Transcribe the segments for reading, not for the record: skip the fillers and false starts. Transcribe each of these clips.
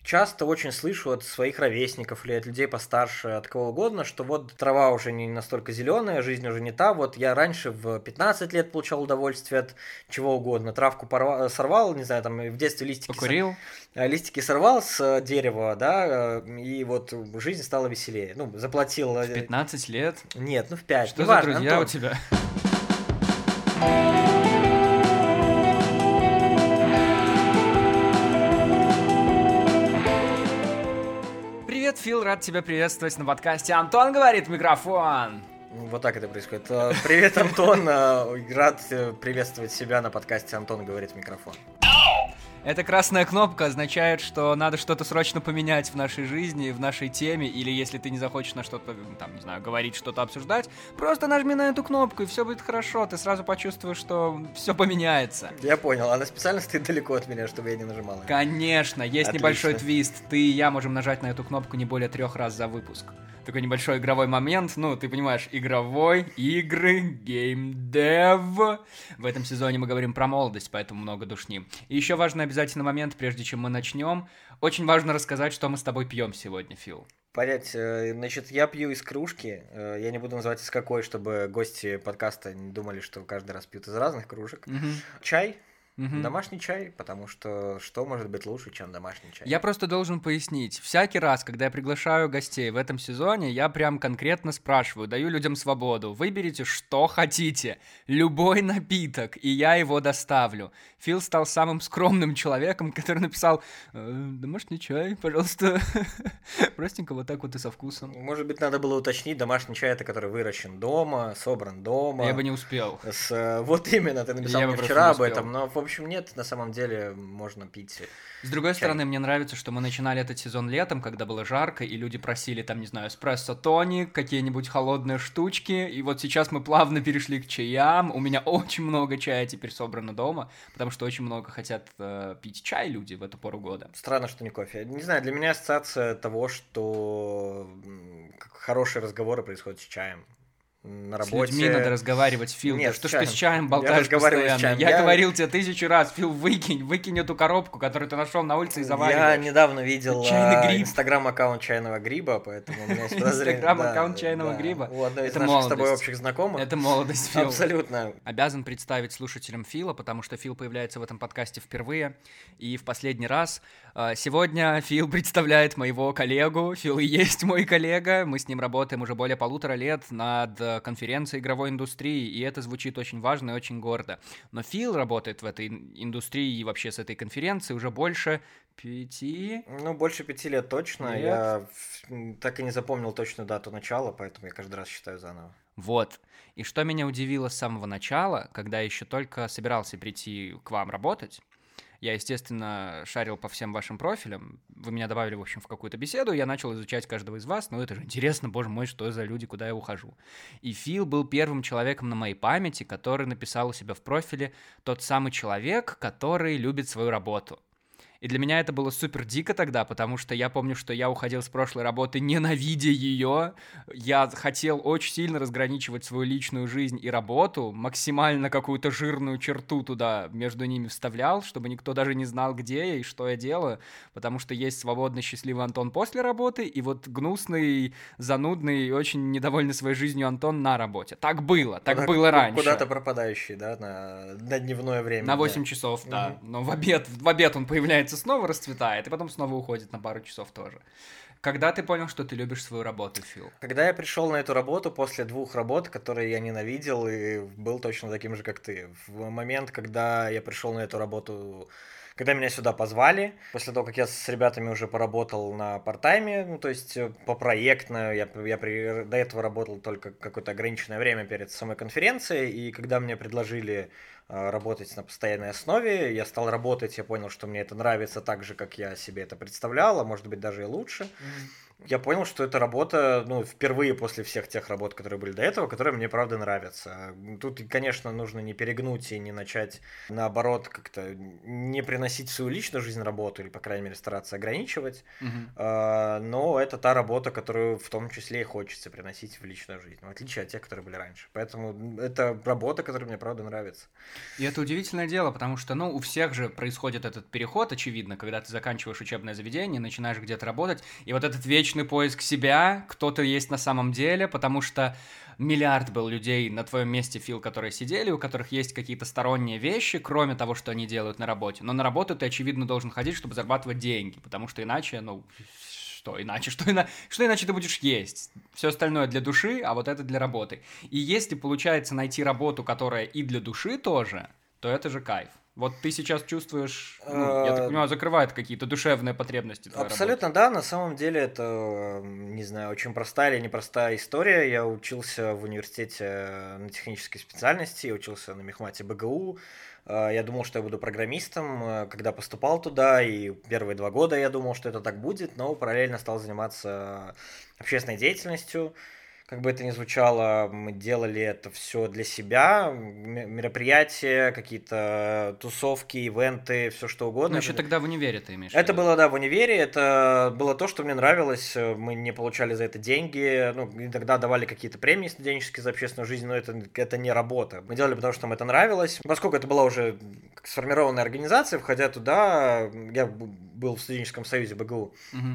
часто очень слышу от своих ровесников или от людей постарше, от кого угодно, что вот трава уже не настолько зеленая, жизнь уже не та. Вот я раньше в 15 лет получал удовольствие от чего угодно. Травку сорвал, не знаю, там в детстве Покурил? листики сорвал с дерева, да, и вот жизнь стала веселее. Ну, заплатил... В 15 лет? Нет, в 5. Что за друзья у тебя? Привет, Фил, рад тебя приветствовать на подкасте «Антон говорит в микрофон». Вот так это происходит. Привет, Антон. Рад приветствовать себя на подкасте «Антон говорит в микрофон». Эта красная кнопка означает, что надо что-то срочно поменять в нашей жизни, в нашей теме, или если ты не захочешь на что-то, там, не знаю, говорить, что-то обсуждать, просто нажми на эту кнопку, и все будет хорошо, ты сразу почувствуешь, что все поменяется. Я понял, она специально стоит далеко от меня, чтобы я не нажимал. Конечно, есть Отлично. Небольшой твист, ты и я можем нажать на эту кнопку не более 3 раз за выпуск. Такой небольшой игровой момент, ну, ты понимаешь, игровой, игры, геймдев. В этом сезоне мы говорим про молодость, поэтому много душним. И еще важный обязательно момент, прежде чем мы начнем. Очень важно рассказать, что мы с тобой пьем сегодня, Фил. Понять, значит, я пью из кружки, я не буду называть из какой, чтобы гости подкаста не думали, что каждый раз пьют из разных кружек. Чай. Домашний чай, потому что может быть лучше, чем домашний чай? Я просто должен пояснить. Всякий раз, когда я приглашаю гостей в этом сезоне, я прям конкретно спрашиваю, даю людям свободу. Выберите, что хотите. Любой напиток, и я его доставлю. Фил стал самым скромным человеком, который написал: домашний чай, пожалуйста. Простенько, вот так вот и со вкусом. Может быть, надо было уточнить, домашний чай — это который выращен дома, собран дома. Я бы не успел. Вот именно, ты написал мне вчера об этом, но в общем нет, на самом деле можно пить. С другой стороны, мне нравится, что мы начинали этот сезон летом, когда было жарко, и люди просили там, не знаю, эспрессо тоник, какие-нибудь холодные штучки, и вот сейчас мы плавно перешли к чаям. У меня очень много чая теперь собрано дома, потому что очень много хотят пить чай люди в эту пору года. Странно, что не кофе. Не знаю, для меня ассоциация того, что хорошие разговоры происходят с чаем. На работе. С людьми надо разговаривать, Фил. Нет, что ж ты с чаем болтаешь постоянно? Я говорил тебе 1000 раз, Фил, выкинь эту коробку, которую ты нашел на улице и завариваешь. Я недавно видел инстаграм-аккаунт Чайного Гриба, поэтому у меня есть подозрение. Инстаграм-аккаунт Чайного Гриба. У одной из наших с тобой общих знакомых. Это молодость, Фил. Абсолютно. Обязан представить слушателям Фила, потому что Фил появляется в этом подкасте впервые и в последний раз. Сегодня Фил представляет моего коллегу. Фил и есть мой коллега. Мы с ним работаем уже более 1,5 лет над конференцией игровой индустрии, и это звучит очень важно и очень гордо. Но Фил работает в этой индустрии и вообще с этой конференцией уже больше 5... больше 5 лет точно. Лет. Я так и не запомнил точную дату начала, поэтому я каждый раз считаю заново. Вот. И что меня удивило с самого начала, когда я еще только собирался прийти к вам работать, я, естественно, шарил по всем вашим профилям. Вы меня добавили, в общем, в какую-то беседу. Я начал изучать каждого из вас. Ну, это же интересно, боже мой, что за люди, куда я ухожу. И Фил был первым человеком на моей памяти, который написал у себя в профиле тот самый человек, который любит свою работу. И для меня это было супер дико тогда, потому что я помню, что я уходил с прошлой работы, ненавидя ее. Я хотел очень сильно разграничивать свою личную жизнь и работу, максимально какую-то жирную черту туда между ними вставлял, чтобы никто даже не знал, где я и что я делаю, потому что есть свободный, счастливый Антон после работы, и вот гнусный, занудный и очень недовольный своей жизнью Антон на работе. Так было раньше. Куда-то пропадающий, да, на дневное время. На 8 часов, да. Но в обед он появляется, снова расцветает, и потом снова уходит на пару часов тоже. Когда ты понял, что ты любишь свою работу, Фил? Когда я пришел на эту работу после 2 работ, которые я ненавидел, и был точно таким же, как ты. В момент, когда я пришел на эту работу, когда меня сюда позвали, после того, как я с ребятами уже поработал на парт-тайме, ну, то есть попроектно, я до этого работал только какое-то ограниченное время перед самой конференцией, и когда мне предложили работать на постоянной основе, я стал работать, я понял, что мне это нравится так же, как я себе это представлял, а может быть даже и лучше. Я понял, что эта работа, ну, впервые после всех тех работ, которые были до этого, которые мне правда нравятся. Тут, конечно, нужно не перегнуть и не начать, наоборот, как-то не приносить в свою личную жизнь работу, или, по крайней мере, стараться ограничивать. Но это та работа, которую в том числе и хочется приносить в личную жизнь, в отличие от тех, которые были раньше. Поэтому это работа, которая мне правда нравится. И это удивительное дело, потому что, ну, у всех же происходит этот переход, очевидно, когда ты заканчиваешь учебное заведение, начинаешь где-то работать, и вот этот вечный поиск себя, кто ты есть на самом деле, потому что миллиард был людей на твоем месте, Фил, которые сидели, у которых есть какие-то сторонние вещи, кроме того, что они делают на работе. Но на работу ты, очевидно, должен ходить, чтобы зарабатывать деньги, потому что иначе, ну, что иначе? Что иначе ты будешь есть? Все остальное для души, а вот это для работы. И если получается найти работу, которая и для души тоже, то это же кайф. Вот ты сейчас чувствуешь, ну, я так понимаю, закрывает какие-то душевные потребности твоей Абсолютно, работы. да. На самом деле это, не знаю, очень простая или непростая история. Я учился в университете на технической специальности, я учился на мехмате БГУ. Я думал, что я буду программистом, когда поступал туда, и первые 2 года я думал, что это так будет, но параллельно стал заниматься общественной деятельностью. Как бы это ни звучало, мы делали это все для себя, мероприятия, какие-то тусовки, ивенты, все что угодно. Ну, еще тогда в универе ты имеешь в Это виду. было, да, в универе, это было то, что мне нравилось, мы не получали за это деньги, ну, иногда давали какие-то премии студенческие за общественную жизнь, но это не работа. Мы делали, потому что нам это нравилось. Поскольку это была уже сформированная организация, входя туда, я был в студенческом союзе БГУ,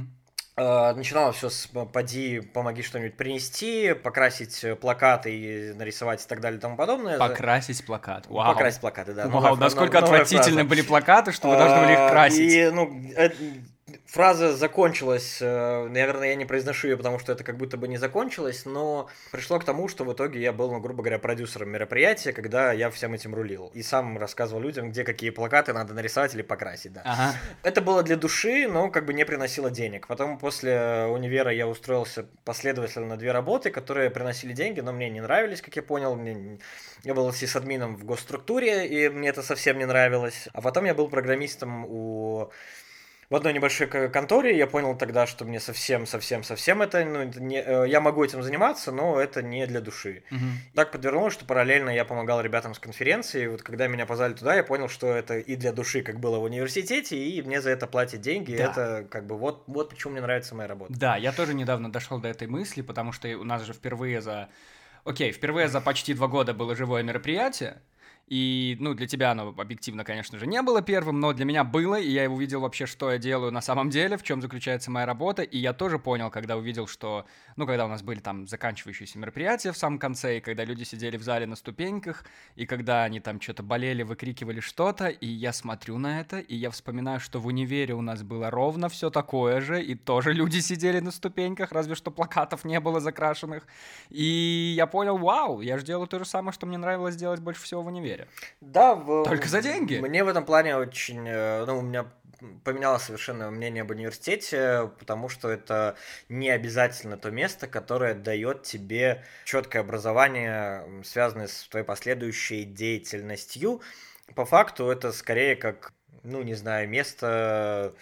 начинало все с «поди, помоги что-нибудь принести», покрасить плакаты и нарисовать и так далее и тому подобное. Покрасить плакат. Вау. Покрасить плакаты, да. Вау, насколько отвратительны были плакаты, что вы должны были их красить. И, ну, фраза закончилась, наверное, я не произношу ее, потому что это как будто бы не закончилось, но пришло к тому, что в итоге я был, ну, грубо говоря, продюсером мероприятия, когда я всем этим рулил. И сам рассказывал людям, где какие плакаты надо нарисовать или покрасить, да. Ага. Это было для души, но как бы не приносило денег. Потом после универа я устроился последовательно на 2 работы, которые приносили деньги, но мне не нравились, как я понял. Я был сисадмином в госструктуре, и мне это совсем не нравилось. А потом я был программистом в одной небольшой конторе. Я понял тогда, что мне совсем это, ну, это не, я могу этим заниматься, но это не для души. Так подвернулось, что параллельно я помогал ребятам с конференции. И вот когда меня позвали туда, я понял, что это и для души, как было в университете, и мне за это платят деньги. Да. Это как бы вот почему мне нравится моя работа. Да, я тоже недавно дошел до этой мысли, потому что у нас же впервые за почти 2 года было живое мероприятие. И, ну, для тебя оно объективно, конечно же, не было первым, но для меня было, и я увидел вообще, что я делаю на самом деле, в чем заключается моя работа, и я тоже понял, когда увидел, что, ну, когда у нас были там заканчивающиеся мероприятия в самом конце, и когда люди сидели в зале на ступеньках, и когда они там что-то болели, выкрикивали что-то, и я смотрю на это, и я вспоминаю, что в универе у нас было ровно все такое же, и тоже люди сидели на ступеньках, разве что плакатов не было закрашенных, и я понял, вау, я же делаю то же самое, что мне нравилось делать больше всего в универе. Да, только за деньги. Мне в этом плане очень, ну, у меня поменялось совершенно мнение об университете, потому что это не обязательно то место, которое дает тебе четкое образование, связанное с твоей последующей деятельностью. По факту это скорее как, ну, не знаю, место,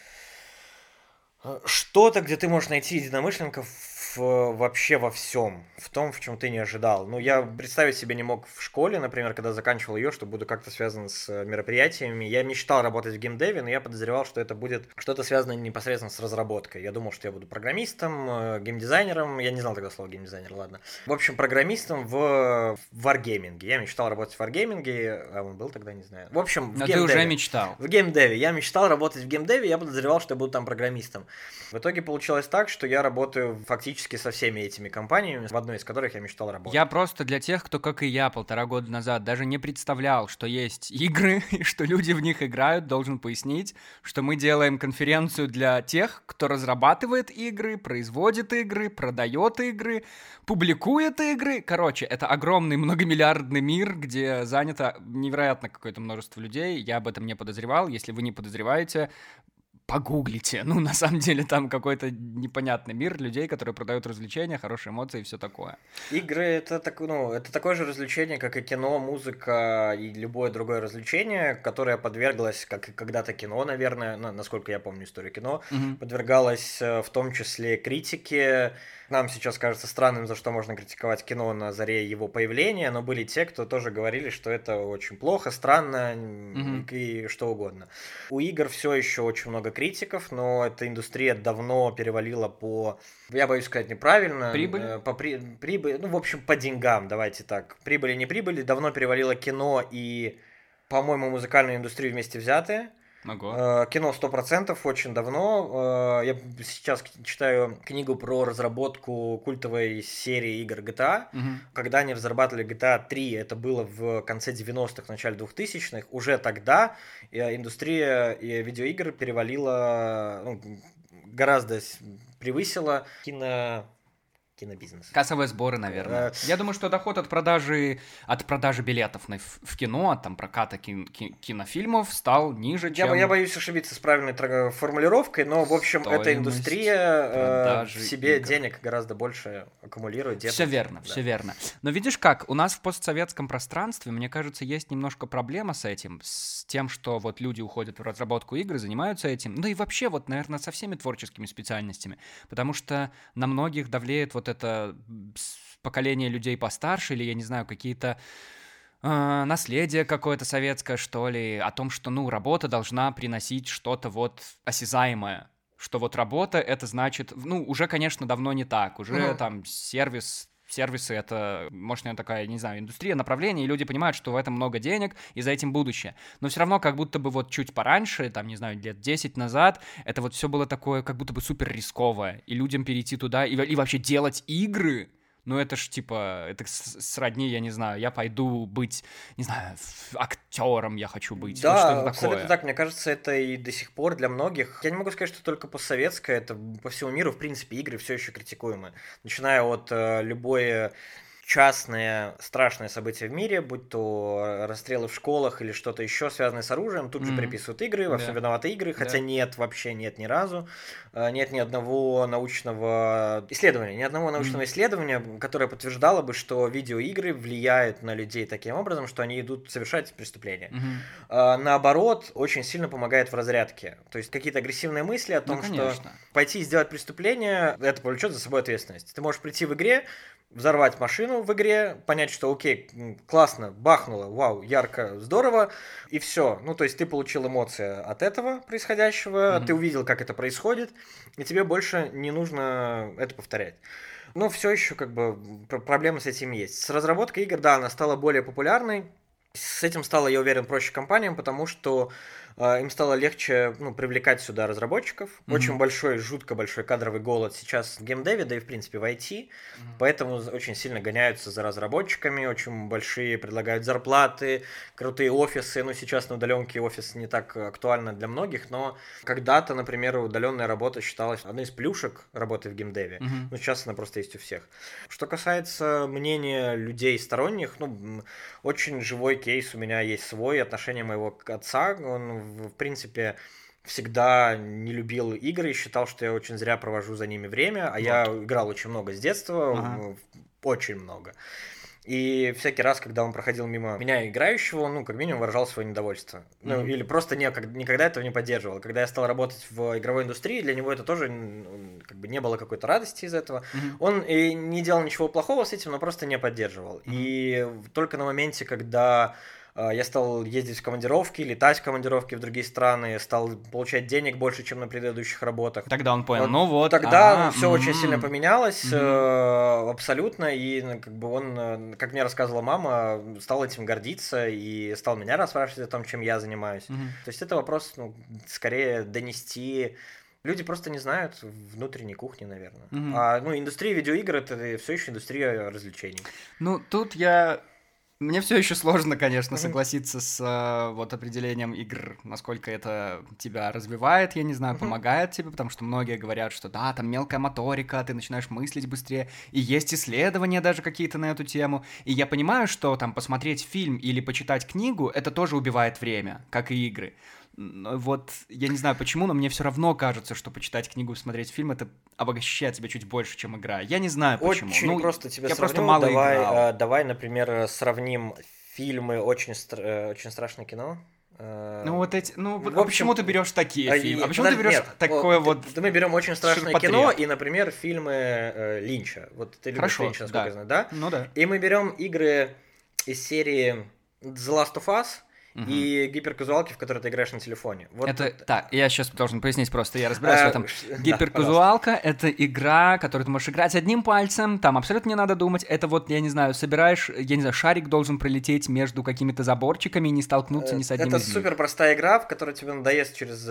что-то, где ты можешь найти единомышленников вообще во всем, в том, в чем ты не ожидал. Ну, я представить себе не мог в школе, например, когда заканчивал ее, что буду как-то связан с мероприятиями. Я мечтал работать в геймдеве, но я подозревал, что это будет что-то связанное непосредственно с разработкой. Я думал, что я буду программистом, геймдизайнером. Я не знал тогда слова геймдизайнер, ладно. В общем, программистом в варгейминге. Я мечтал работать в варгейминге, а он был тогда, не знаю. В общем, в но геймдеве. Ты уже мечтал. В геймдеве. Я мечтал работать в геймдеве, я подозревал, что я буду там программистом. В итоге получилось так, что я работаю фактически со всеми этими компаниями, в одной из которых я мечтал работать. Я просто для тех, кто, как и я, 1,5 года назад даже не представлял, что есть игры и что люди в них играют, должен пояснить, что мы делаем конференцию для тех, кто разрабатывает игры, производит игры, продает игры, публикует игры. Короче, это огромный многомиллиардный мир, где занято невероятно какое-то множество людей. Я об этом не подозревал. Если вы не подозреваете, погуглите. Ну, на самом деле, там какой-то непонятный мир людей, которые продают развлечения, хорошие эмоции и все такое. Игры это это такое же развлечение, как и кино, музыка и любое другое развлечение, которое подверглось, как и когда-то кино, наверное, насколько я помню историю кино, подвергалось в том числе критике. Нам сейчас кажется странным, за что можно критиковать кино на заре его появления, но были те, кто тоже говорили, что это очень плохо, странно и что угодно. У игр все еще очень много критиков, но эта индустрия давно перевалила по, я боюсь сказать неправильно, прибыль, ну, в общем, по деньгам, давайте так. Прибыли, не прибыли, давно перевалило кино и, по-моему, музыкальную индустрию вместе взятые. Ого. Кино 100% очень давно. Я сейчас читаю книгу про разработку культовой серии игр GTA. Когда они разрабатывали GTA 3, это было в конце 90-х, начале 2000-х. Уже тогда индустрия видеоигр перевалила, гораздо превысила кинобизнес. Кассовые сборы, наверное. Я думаю, что доход от продажи билетов в кино, от там проката кинофильмов стал ниже, чем... Я боюсь ошибиться с правильной формулировкой, но, в общем, эта индустрия в себе денег гораздо больше аккумулирует. Все верно, все верно. Но видишь как, у нас в постсоветском пространстве, мне кажется, есть немножко проблема с этим, с тем, что вот люди уходят в разработку игр, занимаются этим, ну и вообще вот, наверное, со всеми творческими специальностями, потому что на многих давлеет вот это поколение людей постарше, или, я не знаю, какие-то наследие какое-то советское, что ли, о том, что, работа должна приносить что-то вот осязаемое, что вот работа, это значит, уже, конечно, давно не так, уже там сервисы — это мощная такая, не знаю, индустрия, направление, и люди понимают, что в этом много денег, и за этим будущее. Но все равно как будто бы вот чуть пораньше, там, не знаю, лет 10 назад, это вот все было такое как будто бы супер рисковое, и людям перейти туда, и вообще делать игры, это ж типа, это сродни, я не знаю, я пойду быть, не знаю, актером я хочу быть. Да, вот что-то абсолютно такое. так. Мне кажется, это и до сих пор для многих. Я не могу сказать, что только постсоветское, это по всему миру, в принципе, игры все еще критикуемы. Начиная от любое частные страшные события в мире, будь то расстрелы в школах или что-то еще связанное с оружием, тут же приписывают игры, во всем виноваты игры, хотя нет, вообще нет ни разу. Нет ни одного научного исследования, которое подтверждало бы, что видеоигры влияют на людей таким образом, что они идут совершать преступления. Наоборот, очень сильно помогает в разрядке. То есть какие-то агрессивные мысли о том, что пойти и сделать преступление, это повлечет за собой ответственность. Ты можешь прийти в игре, взорвать машину в игре, понять, что окей, классно, бахнуло, вау, ярко, здорово, и все. То есть ты получил эмоции от этого происходящего, ты увидел, как это происходит, и тебе больше не нужно это повторять. Но все еще проблемы с этим есть. С разработкой игр, да, она стала более популярной. С этим стало, я уверен, проще компаниям, потому что им стало легче привлекать сюда разработчиков. Очень жутко большой кадровый голод сейчас в геймдеве, да и в принципе в IT. Поэтому очень сильно гоняются за разработчиками, очень большие предлагают зарплаты, крутые офисы. Сейчас на удаленке офис не так актуально для многих, но когда-то, например, удаленная работа считалась одной из плюшек работы в геймдеве. Но сейчас она просто есть у всех. Что касается мнения людей сторонних, очень живой кейс у меня есть свой. Отношение моего отца, он в принципе всегда не любил игры и считал, что я очень зря провожу за ними время, я играл очень много с детства, очень много. И всякий раз, когда он проходил мимо меня играющего, он, как минимум, выражал свое недовольство. Или просто никогда этого не поддерживал. Когда я стал работать в игровой индустрии, для него это тоже не было какой-то радости из этого. Он и не делал ничего плохого с этим, но просто не поддерживал. И только на моменте, когда я стал ездить в командировки, летать в командировки в другие страны, стал получать денег больше, чем на предыдущих работах. Тогда он понял, Тогда все очень сильно поменялось, абсолютно, и он, как мне рассказывала мама, стал этим гордиться и стал меня расспрашивать о том, чем я занимаюсь. То есть это вопрос, скорее донести... Люди просто не знают внутренней кухни, наверное. Индустрия видеоигр — это все еще индустрия развлечений. Тут мне все еще сложно, конечно, согласиться с определением игр, насколько это тебя развивает, я не знаю, помогает тебе, потому что многие говорят, что да, там мелкая моторика, ты начинаешь мыслить быстрее, и есть исследования даже какие-то на эту тему, и я понимаю, что там посмотреть фильм или почитать книгу, это тоже убивает время, как и игры. Вот я не знаю почему, но мне все равно кажется, что почитать книгу и смотреть фильм — это обогащает тебя чуть больше, чем игра. Я не знаю почему. Очень просто тебе я сравню. просто мало играл. Давай, например, сравним фильмы «Очень страшное кино». Ну вот эти, В а общем, почему ты берешь такие фильмы? А почему ты берешь нет, такое вот? Мы берем «Очень страшное ширпотреб? кино» и, например, фильмы Линча. Вот ты любишь Хорошо, Линча, насколько да. я знаю, да? Ну да. И мы берем игры из серии The Last of Us и гиперказуалки, в которые ты играешь на телефоне. Вот Это это- так, я сейчас должен пояснить просто, я разбираюсь в этом. да, Гиперказуалка — это игра, которую ты можешь играть одним пальцем, там абсолютно не надо думать. Это вот, я не знаю, собираешь, я не знаю, шарик должен пролететь между какими-то заборчиками и не столкнуться ни с одним Это из них. супер простая игра, в которой тебе надоест через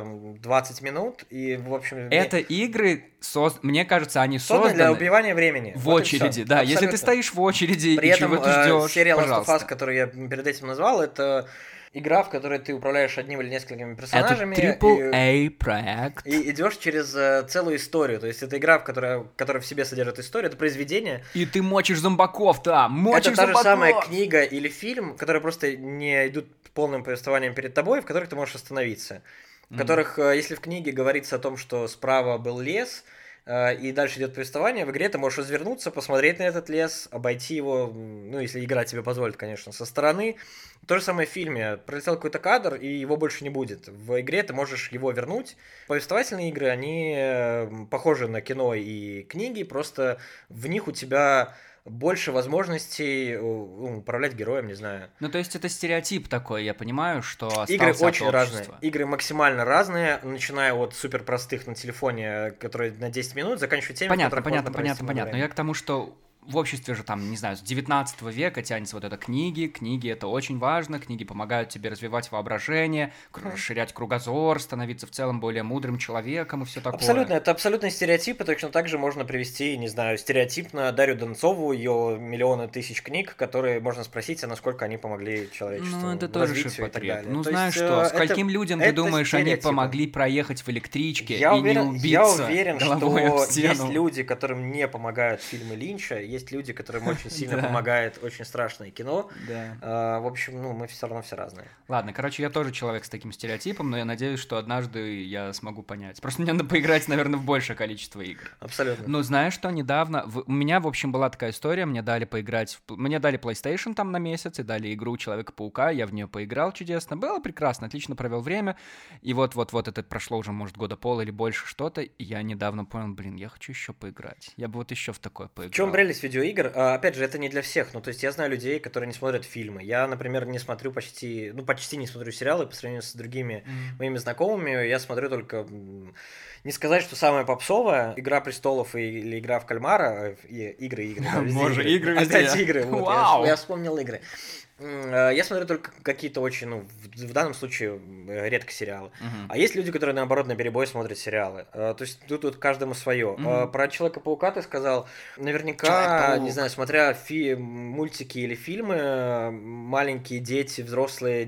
20 минут, и, в общем... Это игры, мне кажется, они созданы для созданы убивания времени. в Вот и очереди, всё. да. Если ты Абсолютно. стоишь в очереди При и этом чего ты ждешь, серия Last of пожалуйста. Us, которую я перед этим назвал, это игра, в которой ты управляешь одним или несколькими Это персонажами. AAA проект. И идешь через целую историю. То есть это игра, которая в себе содержит историю, это произведение. И ты мочишь зомбаков, да, мочишь Это та же зомбаков. самая книга или фильм, которые просто не идут полным повествованием перед тобой, в которых ты можешь остановиться. В которых, если в книге говорится о том, что справа был лес, и дальше идет повествование, в игре ты можешь развернуться, посмотреть на этот лес, обойти его, ну, если игра тебе позволит, конечно, со стороны. То же самое в фильме. Пролетел какой-то кадр, и его больше не будет. В игре ты можешь его вернуть. Повествовательные игры, они похожи на кино и книги, просто в них у тебя больше возможностей управлять героем, не знаю. Ну, то есть это стереотип такой, я понимаю, что остался Игры от очень общества. разные. Игры максимально разные, начиная от супер простых на телефоне, которые на 10 минут, заканчивая теми, Понятно. в которых можно провести много Но времени. я к тому, что в обществе же там, не знаю, с 19 века тянется вот это книги. Книги — это очень важно. Книги помогают тебе развивать воображение, расширять кругозор, становиться в целом более мудрым человеком и все такое. Абсолютно, это абсолютный стереотип, и точно так же можно привести, не знаю, стереотип на Дарью Донцову, ее миллионы тысяч книг, которые можно спросить, а насколько они помогли человечеству. Ну, это в тоже развитию и так ширпотреб. далее. Ну, То знаешь есть, что, скольким людям, ты это думаешь, они стереотипы. помогли проехать в электричке Я и уверен, не убиться я уверен, головой об что есть стену? люди, которым не помогают фильмы Линча, есть люди, которым очень сильно Да. помогает очень страшное кино. Да. В общем, мы все равно все разные. Ладно, короче, я тоже человек с таким стереотипом, но я надеюсь, что однажды я смогу понять. Просто мне надо поиграть, наверное, в большее количество игр. Абсолютно. Ну, знаешь что, недавно... У меня, в общем, была такая история, мне дали поиграть... Мне дали PlayStation там на месяц, и дали игру Человека-паука, я в нее поиграл чудесно, было прекрасно, отлично провел время, и вот это прошло уже, может, года пол или больше что-то, и я недавно понял, я хочу еще поиграть. Я бы вот еще в такое поиграл. В чем прелесть видеоигр? Опять же, это не для всех. Ну, то есть я знаю людей, которые не смотрят фильмы. Я, например, не смотрю почти не смотрю сериалы по сравнению с другими моими знакомыми. Я смотрю только... Не сказать, что самая попсовая «Игра престолов» или «Игра в кальмара». Игры. Боже, игры везде. Опять игры. Вот, Вау! я вспомнил игры. Я смотрю только какие-то очень, в данном случае, редко сериалы. А есть люди, которые, наоборот, наперебой смотрят сериалы. То есть тут каждому свое. Про Человека-паука ты сказал. Наверняка, Человек-паук. не знаю, смотря мультики или фильмы, маленькие дети, взрослые,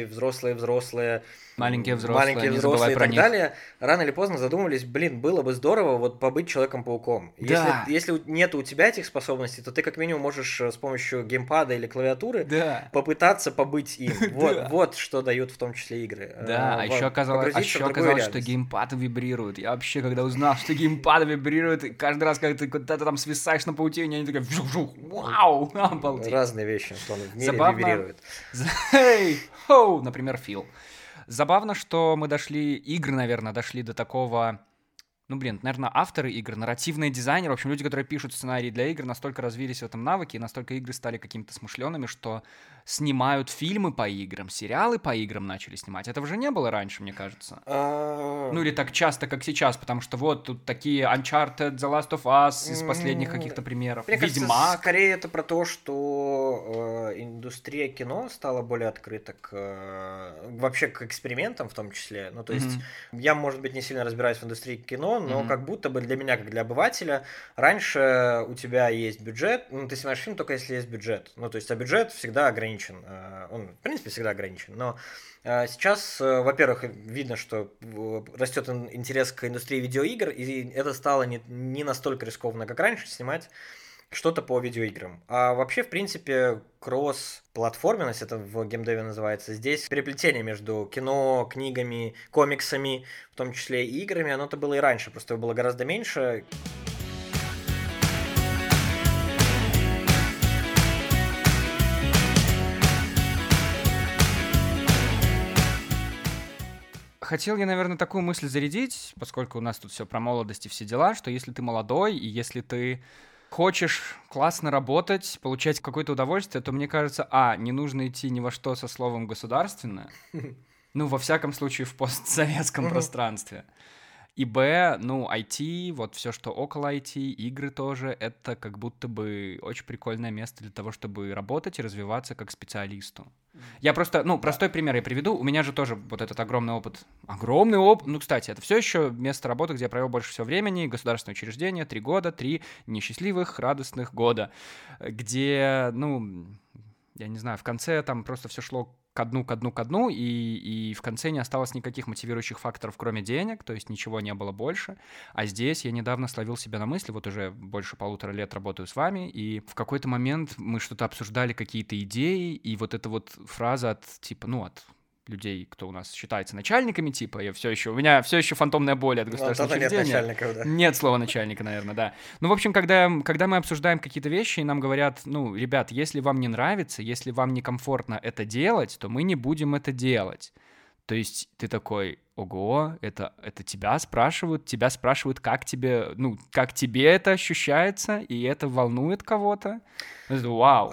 Маленькие взрослые, не забывай взрослые и про так них. далее, рано или поздно задумывались, было бы здорово вот побыть Человеком-пауком. Да. Если нет у тебя этих способностей, то ты как минимум можешь с помощью геймпада или клавиатуры Да. попытаться побыть им. Да. Вот что дают в том числе игры. Да, а еще оказалось, что геймпад вибрирует. Я вообще, когда узнал, что геймпад вибрирует, и каждый раз, когда ты куда-то там свисаешь на паутине, они такие вжух-вжух, вау, обалдеть. Разные вещи, Антон, в мире Забавно. вибрируют. Эй, хоу, например, Фил. Забавно, что мы игры, наверное, дошли до такого... наверное, авторы игр, нарративные дизайнеры, в общем, люди, которые пишут сценарии для игр, настолько развились в этом навыке, и настолько игры стали какими-то смышленными, что снимают фильмы по играм, сериалы по играм начали снимать. Этого же не было раньше, мне кажется. Или так часто, как сейчас, потому что вот тут такие Uncharted, The Last of Us из последних каких-то примеров. Мне кажется, Ведьмак. скорее это про то, что индустрия кино стала более открыта вообще к экспериментам в том числе. Ну, то есть я, может быть, не сильно разбираюсь в индустрии кино, но как будто бы для меня, как для обывателя, раньше у тебя есть бюджет, ты снимаешь фильм только если есть бюджет. Ну, то есть, а бюджет всегда ограничен. Он, в принципе, всегда ограничен. Но сейчас, во-первых, видно, что растет интерес к индустрии видеоигр, и это стало не настолько рискованно, как раньше, снимать что-то по видеоиграм. А вообще, в принципе, кросс-платформенность, это в геймдеве называется, здесь переплетение между кино, книгами, комиксами, в том числе и играми, оно-то было и раньше, просто его было гораздо меньше. Хотел я, наверное, такую мысль зарядить, поскольку у нас тут все про молодость и все дела, что если ты молодой и если ты хочешь классно работать, получать какое-то удовольствие, то, мне кажется, не нужно идти ни во что со словом «государственное», ну, во всяком случае, в постсоветском пространстве. И IT, вот все, что около IT, игры тоже, это как будто бы очень прикольное место для того, чтобы работать и развиваться как специалисту. Я просто, простой пример я приведу. У меня же тоже вот этот огромный опыт. Ну, кстати, это все еще место работы, где я провел больше всего времени, государственное учреждение, 3 года, 3 несчастливых, радостных года, где, я не знаю, в конце там просто все шло ко дну, и в конце не осталось никаких мотивирующих факторов, кроме денег, то есть ничего не было больше. А здесь я недавно словил себя на мысли, вот уже больше 1,5 лет работаю с вами, и в какой-то момент мы что-то обсуждали, какие-то идеи, и вот эта вот фраза от людей, кто у нас считается начальниками, у меня все еще фантомная боль от государственного учреждения. Нет начальников, да. Нет слова начальника, наверное, да. В общем, когда мы обсуждаем какие-то вещи, и нам говорят, ребят, если вам не нравится, если вам некомфортно это делать, то мы не будем это делать. То есть ты такой, ого, это тебя спрашивают, как тебе это ощущается, и это волнует кого-то. Вау.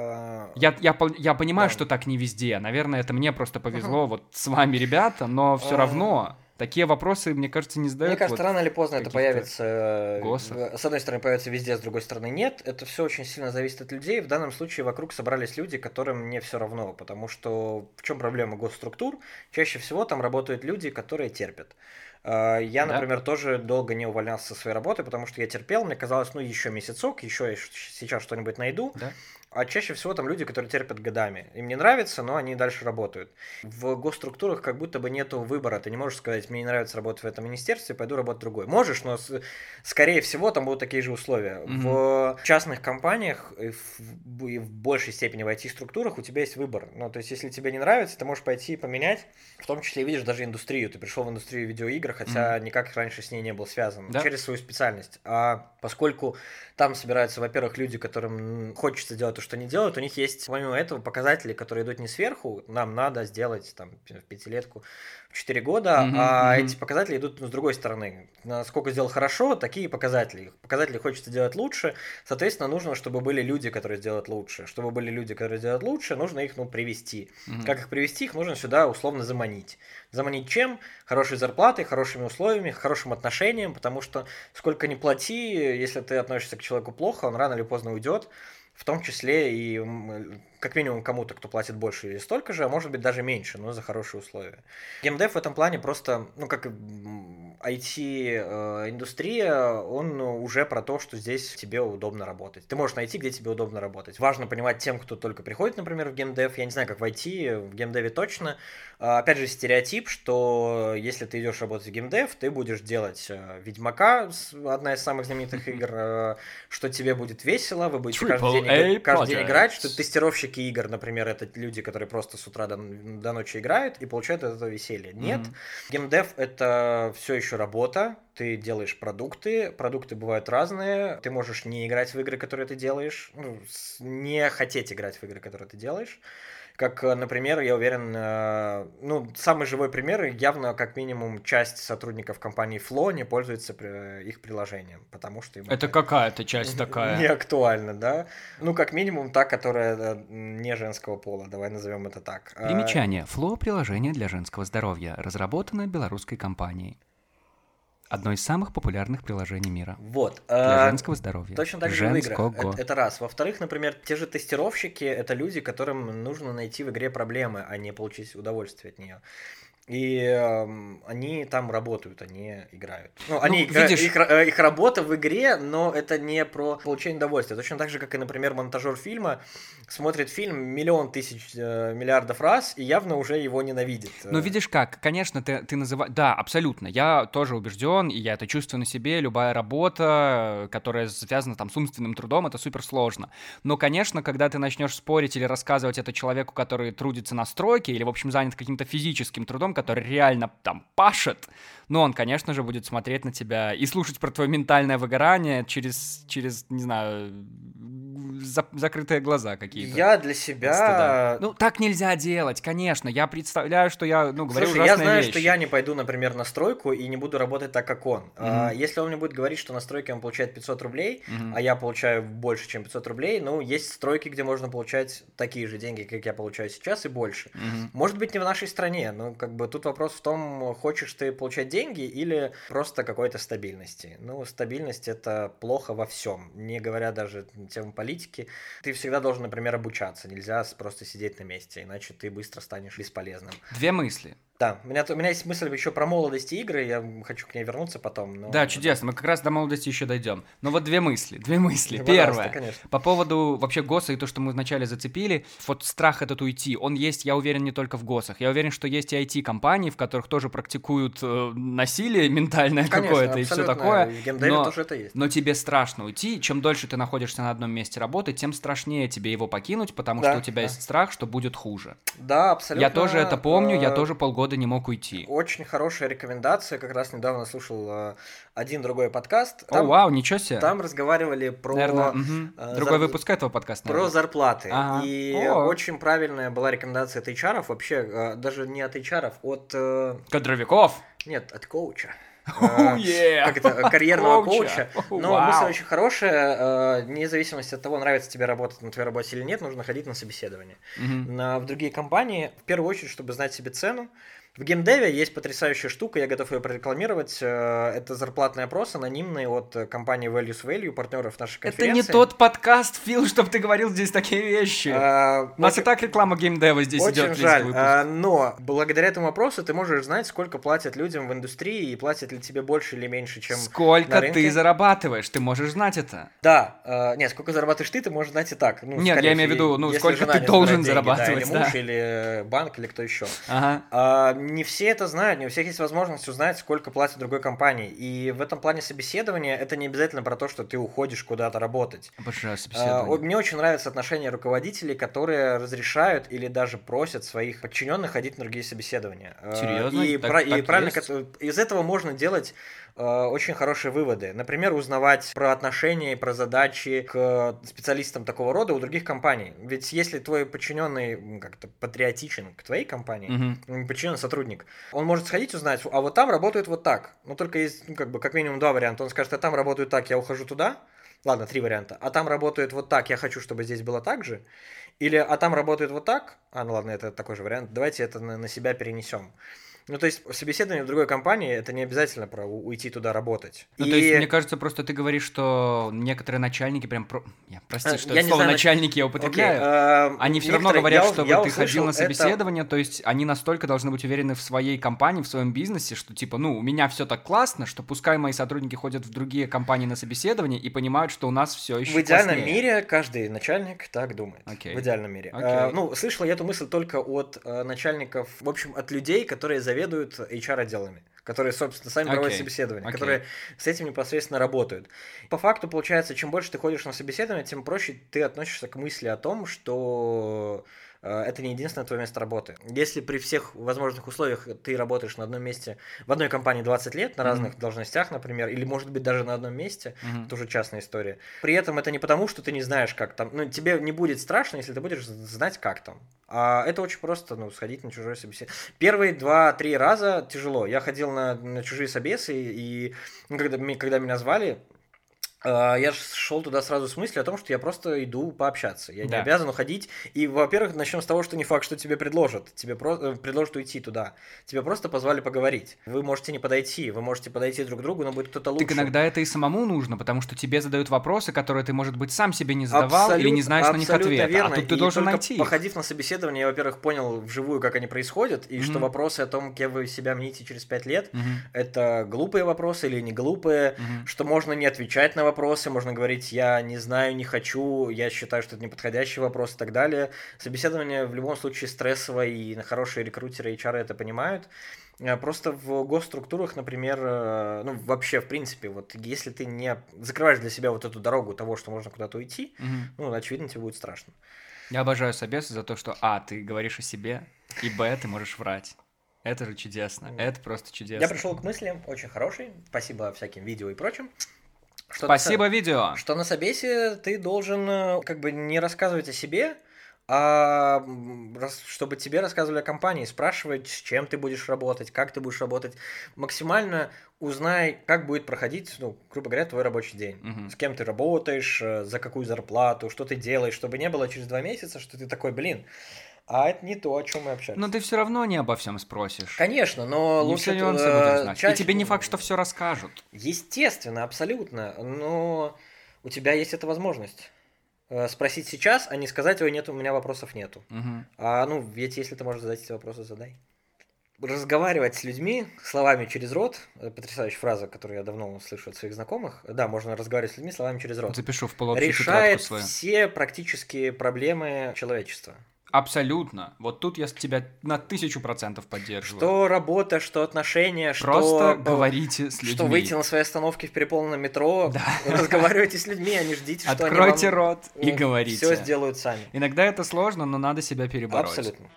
Я понимаю, что так не везде. Наверное, это мне просто повезло вот с вами, ребята, но все равно такие вопросы, мне кажется, не задают. Мне кажется, рано или поздно это появится. Госов. С одной стороны, появится везде, с другой стороны, нет. Это все очень сильно зависит от людей. В данном случае вокруг собрались люди, которым не все равно. Потому что в чем проблема госструктур? Чаще всего там работают люди, которые терпят. Я, например, тоже долго не увольнялся со своей работы, потому что я терпел, мне казалось, еще месяцок, еще я сейчас что-нибудь найду. Да. А чаще всего там люди, которые терпят годами. Им не нравится, но они дальше работают. В госструктурах как будто бы нету выбора. Ты не можешь сказать, мне не нравится работать в этом министерстве, пойду работать в другой. Можешь, но скорее всего там будут такие же условия. В частных компаниях и в большей степени в IT-структурах у тебя есть выбор. То есть, если тебе не нравится, ты можешь пойти и поменять. В том числе видишь даже индустрию. Ты пришел в индустрию видеоигр, хотя никак раньше с ней не был связан. Да. Через свою специальность. А поскольку там собираются, во-первых, люди, которым хочется делать то, что они делают, у них есть, помимо этого, показатели, которые идут не сверху, нам надо сделать там в 5-летку в 4 года, эти показатели идут с другой стороны. Насколько сделал хорошо, такие показатели. Показатели хочется делать лучше, соответственно, нужно, чтобы были люди, которые сделают лучше. Чтобы были люди, которые делают лучше, нужно их, привести. Как их привести? Их нужно сюда условно заманить. Заманить чем? Хорошей зарплатой, хорошими условиями, хорошим отношением, потому что сколько ни плати, если ты относишься к человеку плохо, он рано или поздно уйдет. В том числе и как минимум кому-то, кто платит больше или столько же, а может быть даже меньше, но за хорошие условия. Геймдев в этом плане просто, как IT-индустрия, он уже про то, что здесь тебе удобно работать. Ты можешь найти, где тебе удобно работать. Важно понимать тем, кто только приходит, например, в геймдев. Я не знаю, как в IT, в геймдеве точно. Опять же, стереотип, что если ты идешь работать в геймдев, ты будешь делать Ведьмака, одна из самых знаменитых игр, что тебе будет весело, вы будете каждый день играть, что тестировщики игр, например, это люди, которые просто с утра до ночи играют и получают от этого веселье. Нет. Геймдев — это все еще работа. Ты делаешь продукты бывают разные. Ты можешь не играть в игры, которые ты делаешь, не хотеть играть в игры, которые ты делаешь. Как, например, я уверен, самый живой пример, явно как минимум часть сотрудников компании Flow не пользуется их приложением, потому что им это какая-то часть такая? Не актуальна, да? Как минимум та, которая не женского пола, давай назовем это так. Примечание. Flow — приложение для женского здоровья, разработано белорусской компанией. Одно из самых популярных приложений мира. Вот. Для женского здоровья. Точно так же в играх. Это раз. Во-вторых, например, те же тестировщики — это люди, которым нужно найти в игре проблемы, а не получить удовольствие от нее. И они там работают, они играют. Ну, видишь... их работа в игре, но это не про получение удовольствия. Точно так же, как и, например, монтажер фильма смотрит фильм миллион тысяч миллиардов раз и явно уже его ненавидит. Ну, видишь как, конечно, ты называешь... Да, абсолютно, я тоже убежден, и я это чувствую на себе, любая работа, которая связана там с умственным трудом, это супер сложно. Но, конечно, когда ты начнешь спорить или рассказывать это человеку, который трудится на стройке, или, в общем, занят каким-то физическим трудом, который реально там пашет, ну, он, конечно же, будет смотреть на тебя и слушать про твое ментальное выгорание через не знаю, закрытые глаза какие-то. Я для себя... Ну, так нельзя делать, конечно. Я представляю, что я, говорю ужасные вещи. Я знаю, что я не пойду, например, на стройку и не буду работать так, как он. Если он мне будет говорить, что на стройке он получает 500 рублей, а я получаю больше, чем 500 рублей, ну, есть стройки, где можно получать такие же деньги, как я получаю сейчас, и больше. Может быть, не в нашей стране, но как бы тут вопрос в том, хочешь ты получать деньги или просто какой-то стабильности. Ну, стабильность – это плохо во всем, не говоря даже на тему политики. Ты всегда должен, например, обучаться. Нельзя просто сидеть на месте, иначе ты быстро станешь бесполезным. Две мысли. Да, у меня есть мысль еще про молодость и игры, я хочу к ней вернуться потом. Но... Да, чудесно, мы как раз до молодости еще дойдем. Но вот две мысли. Пожалуйста, Первое, конечно. по поводу вообще ГОСа и то, что мы вначале зацепили, вот страх этот уйти, он есть, я уверен, не только в ГОСах. Я уверен, что есть и IT-компании, в которых тоже практикуют насилие ментальное какое-то и все такое. В геймдеве тоже это есть. Но тебе страшно уйти, чем дольше ты находишься на одном месте работы, тем страшнее тебе его покинуть, потому что у тебя есть страх, что будет хуже. Да, абсолютно. Я тоже это помню, я тоже полгода не мог уйти. Очень хорошая рекомендация. Как раз недавно слушал один другой подкаст. О, вау, ничего себе. Там разговаривали про... Наверное, другой выпуск этого подкаста. Про зарплаты. Ага. И очень правильная была рекомендация от HR-ов. Вообще, даже не от HR-ов, от... Кадровиков? Нет, от коуча. Как это, карьерного коуча. Но мысль очень хорошая. Вне зависимости от того, нравится тебе работать на твоей работе или нет, нужно ходить на собеседование. В другие компании, в первую очередь, чтобы знать себе цену. В геймдеве есть потрясающая штука, я готов ее прорекламировать. Это зарплатный опрос, анонимный от компании Values Value, партнеров нашей конференции. Это не тот подкаст, Фил, чтобы ты говорил здесь такие вещи. У нас и так реклама геймдева здесь идет. Очень жаль, но благодаря этому опросу ты можешь знать, сколько платят людям в индустрии, и платят ли тебе больше или меньше, чем сколько на рынке. Ты зарабатываешь, ты можешь знать это. Да, нет, сколько зарабатываешь ты можешь знать и так. Ну, нет, я имею в виду, сколько ты должен зарабатывать. Или муж, или банк, или кто еще. Ага. Не все это знают, не у всех есть возможность узнать, сколько платят другой компании. И в этом плане собеседования это не обязательно про то, что ты уходишь куда-то работать. Обожаю собеседование. Мне очень нравится отношение руководителей, которые разрешают или даже просят своих подчиненных ходить на другие собеседования. Серьезно? И правильно, есть? Из этого можно делать очень хорошие выводы. Например, узнавать про отношения и про задачи к специалистам такого рода у других компаний. Ведь если твой подчиненный как-то патриотичен к твоей компании, подчиненный сотрудник, он может сходить узнать, а вот там работают вот так. Но только есть как минимум два варианта. Он скажет, а там работают так, я ухожу туда. Ладно, три варианта. А там работают вот так, я хочу, чтобы здесь было так же. Или а там работают вот так. Ну ладно, это такой же вариант. Давайте это на себя перенесем. Ну, то есть, собеседование в другой компании, это не обязательно про уйти туда работать. Ну, то есть, мне кажется, просто ты говоришь, что некоторые начальники прям... Прости, что это слово «начальники» я употребляю. Они все равно говорят, чтобы ты ходил на собеседование, то есть, они настолько должны быть уверены в своей компании, в своем бизнесе, что, типа, у меня все так классно, что пускай мои сотрудники ходят в другие компании на собеседование и понимают, что у нас все еще в идеальном мире каждый начальник так думает. Okay. В идеальном мире. Слышал я эту мысль только от начальников, в общем, от людей, которые заведуют HR-отделами, которые, собственно, сами проводят собеседование, которые с этим непосредственно работают. По факту, получается, чем больше ты ходишь на собеседование, тем проще ты относишься к мысли о том, что это не единственное твое место работы. Если при всех возможных условиях ты работаешь на одном месте, в одной компании 20 лет, на разных должностях, например, или, может быть, даже на одном месте, это уже частная история. При этом это не потому, что ты не знаешь, как там. Тебе не будет страшно, если ты будешь знать, как там. А это очень просто, сходить на чужое собеседование. Первые 2-3 раза тяжело. Я ходил на чужие собесы, и когда меня звали, Я же шел туда сразу с мыслью о том, что я просто иду пообщаться. Я не Да. обязан уходить. И, во-первых, начнем с того, что не факт, что тебе предложат. Тебе предложат уйти туда. Тебя просто позвали поговорить. Вы можете не подойти, вы можете подойти друг к другу, но будет кто-то лучше. Так иногда это и самому нужно, потому что тебе задают вопросы, которые ты, может быть, сам себе не задавал или не знаешь на них ответа. Верно. А тут ты И должен только найти их. походив на собеседование, я, во-первых, понял вживую, как они происходят, и что вопросы о том, кем вы себя мните через 5 лет, это глупые вопросы или не глупые, что можно не отвечать на вопросы, можно говорить «я не знаю, не хочу», «я считаю, что это неподходящий вопрос» и так далее. Собеседование в любом случае стрессовое, и хорошие рекрутеры и HR это понимают. Просто в госструктурах, например, ну, вообще, в принципе, вот если ты не закрываешь для себя вот эту дорогу того, что можно куда-то уйти, ну, очевидно, тебе будет страшно. Я обожаю собесы за то, что ты говоришь о себе, и ты можешь врать. Это же чудесно, это просто чудесно. Я пришел к мысли очень хорошей, спасибо всяким видео и прочим. Спасибо, видео! Что на собесе ты должен как бы не рассказывать о себе, а чтобы тебе рассказывали о компании, спрашивать, с чем ты будешь работать, как ты будешь работать. Максимально узнай, как будет проходить, ну, грубо говоря, твой рабочий день. С кем ты работаешь, за какую зарплату, что ты делаешь, чтобы не было через 2 месяца, что ты такой, блин, а это не то, о чем мы общались. Но ты все равно не обо всем спросишь. Конечно, но не лучше... все нюансы будешь знать. И тебе не факт, что все расскажут. Естественно, абсолютно, но у тебя есть эта возможность. Спросить сейчас, а не сказать, ой, нет, у меня вопросов нету. Ну, ведь если ты можешь задать эти вопросы, задай. Разговаривать с людьми словами через рот, потрясающая фраза, которую я давно слышу от своих знакомых, да, можно разговаривать с людьми словами через рот. Запишу в полуобщую решает свою. все практические проблемы человечества. Абсолютно. Вот тут я тебя на 1000% поддерживаю. Что работа, что отношения, Просто что... говорите с людьми. Что выйти на своей остановке в переполненном метро, разговаривайте с людьми, а не ждите, что они Откройте рот и говорите. Все сделают сами. Иногда это сложно, но надо себя перебороть. Абсолютно.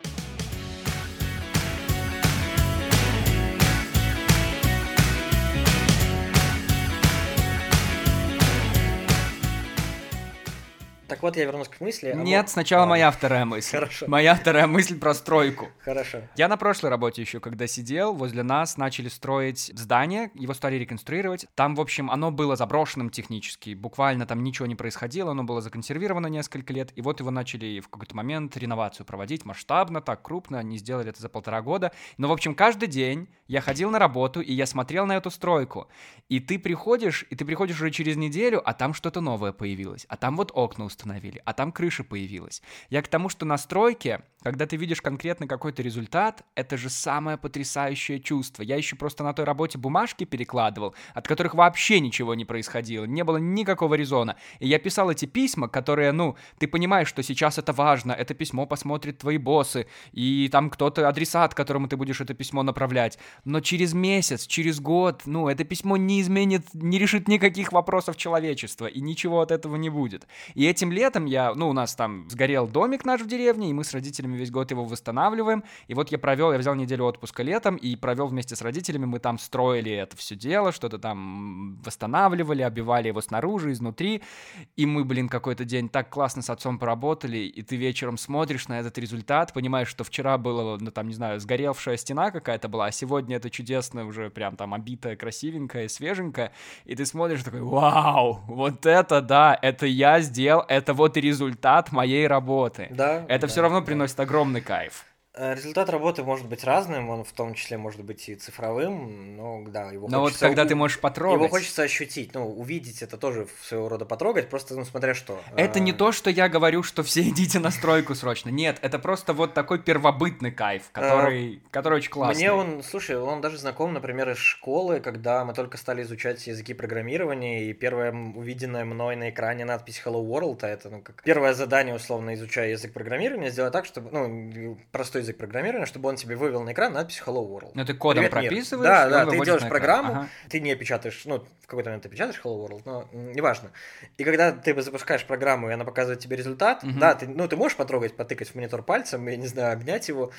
Так вот, я вернусь к мысли. Нет, сначала моя вторая мысль. Хорошо. Моя вторая мысль про стройку. Хорошо. Я на прошлой работе еще, когда сидел, возле нас начали строить здание, его стали реконструировать. Там, в общем, оно было заброшенным технически, буквально там ничего не происходило, оно было законсервировано несколько лет, и вот его начали в какой-то момент реновацию проводить масштабно, так крупно, они сделали это за 1,5 года. Но, в общем, каждый день я ходил на работу, и я смотрел на эту стройку. И ты приходишь уже через неделю, а там что-то новое появилось, а там вот окна установили, а там крыша появилась. Я к тому, что на стройке, когда ты видишь конкретно какой-то результат, это же самое потрясающее чувство. Я еще просто на той работе бумажки перекладывал, от которых вообще ничего не происходило, не было никакого резона. И я писал эти письма, которые, ты понимаешь, что сейчас это важно, это письмо посмотрят твои боссы, и там кто-то, адресат, которому ты будешь это письмо направлять. Но через месяц, через год, это письмо не изменит, не решит никаких вопросов человечества, и ничего от этого не будет. И этим летом у нас там сгорел домик наш в деревне, и мы с родителями весь год его восстанавливаем. И вот я взял неделю отпуска летом и провел вместе с родителями, мы там строили это все дело, что-то там восстанавливали, оббивали его снаружи, изнутри. И мы, какой-то день так классно с отцом поработали, и ты вечером смотришь на этот результат, понимаешь, что вчера было, сгоревшая стена какая-то была, а сегодня это чудесно, уже прям там обитая, красивенькая, свеженькая, и ты смотришь такой: вау, вот это да, это я сделал, это вот и результат моей работы. Да. Это все равно приносит огромный кайф. Результат работы может быть разным, он в том числе может быть и цифровым, но да, его но хочется... вот когда ты можешь потрогать... Его хочется ощутить, увидеть это тоже своего рода потрогать, просто, смотря что. Это не то, что я говорю, что все идите на стройку срочно, нет, это просто вот такой первобытный кайф, который очень классный. Мне он даже знаком, например, из школы, когда мы только стали изучать языки программирования, и первое увиденное мной на экране надпись Hello World, а это, как первое задание, условно, изучая язык программирования, сделать так, чтобы, простой язык программирования, чтобы он тебе вывел на экран надпись Hello World. Но ты кодом Привет, прописываешь, да, ты делаешь программу, ага. Ты не печатаешь, в какой-то момент ты печатаешь Hello World, но неважно. И когда ты запускаешь программу, и она показывает тебе результат, да, ты можешь потрогать, потыкать в монитор пальцем, я не знаю, обнять его,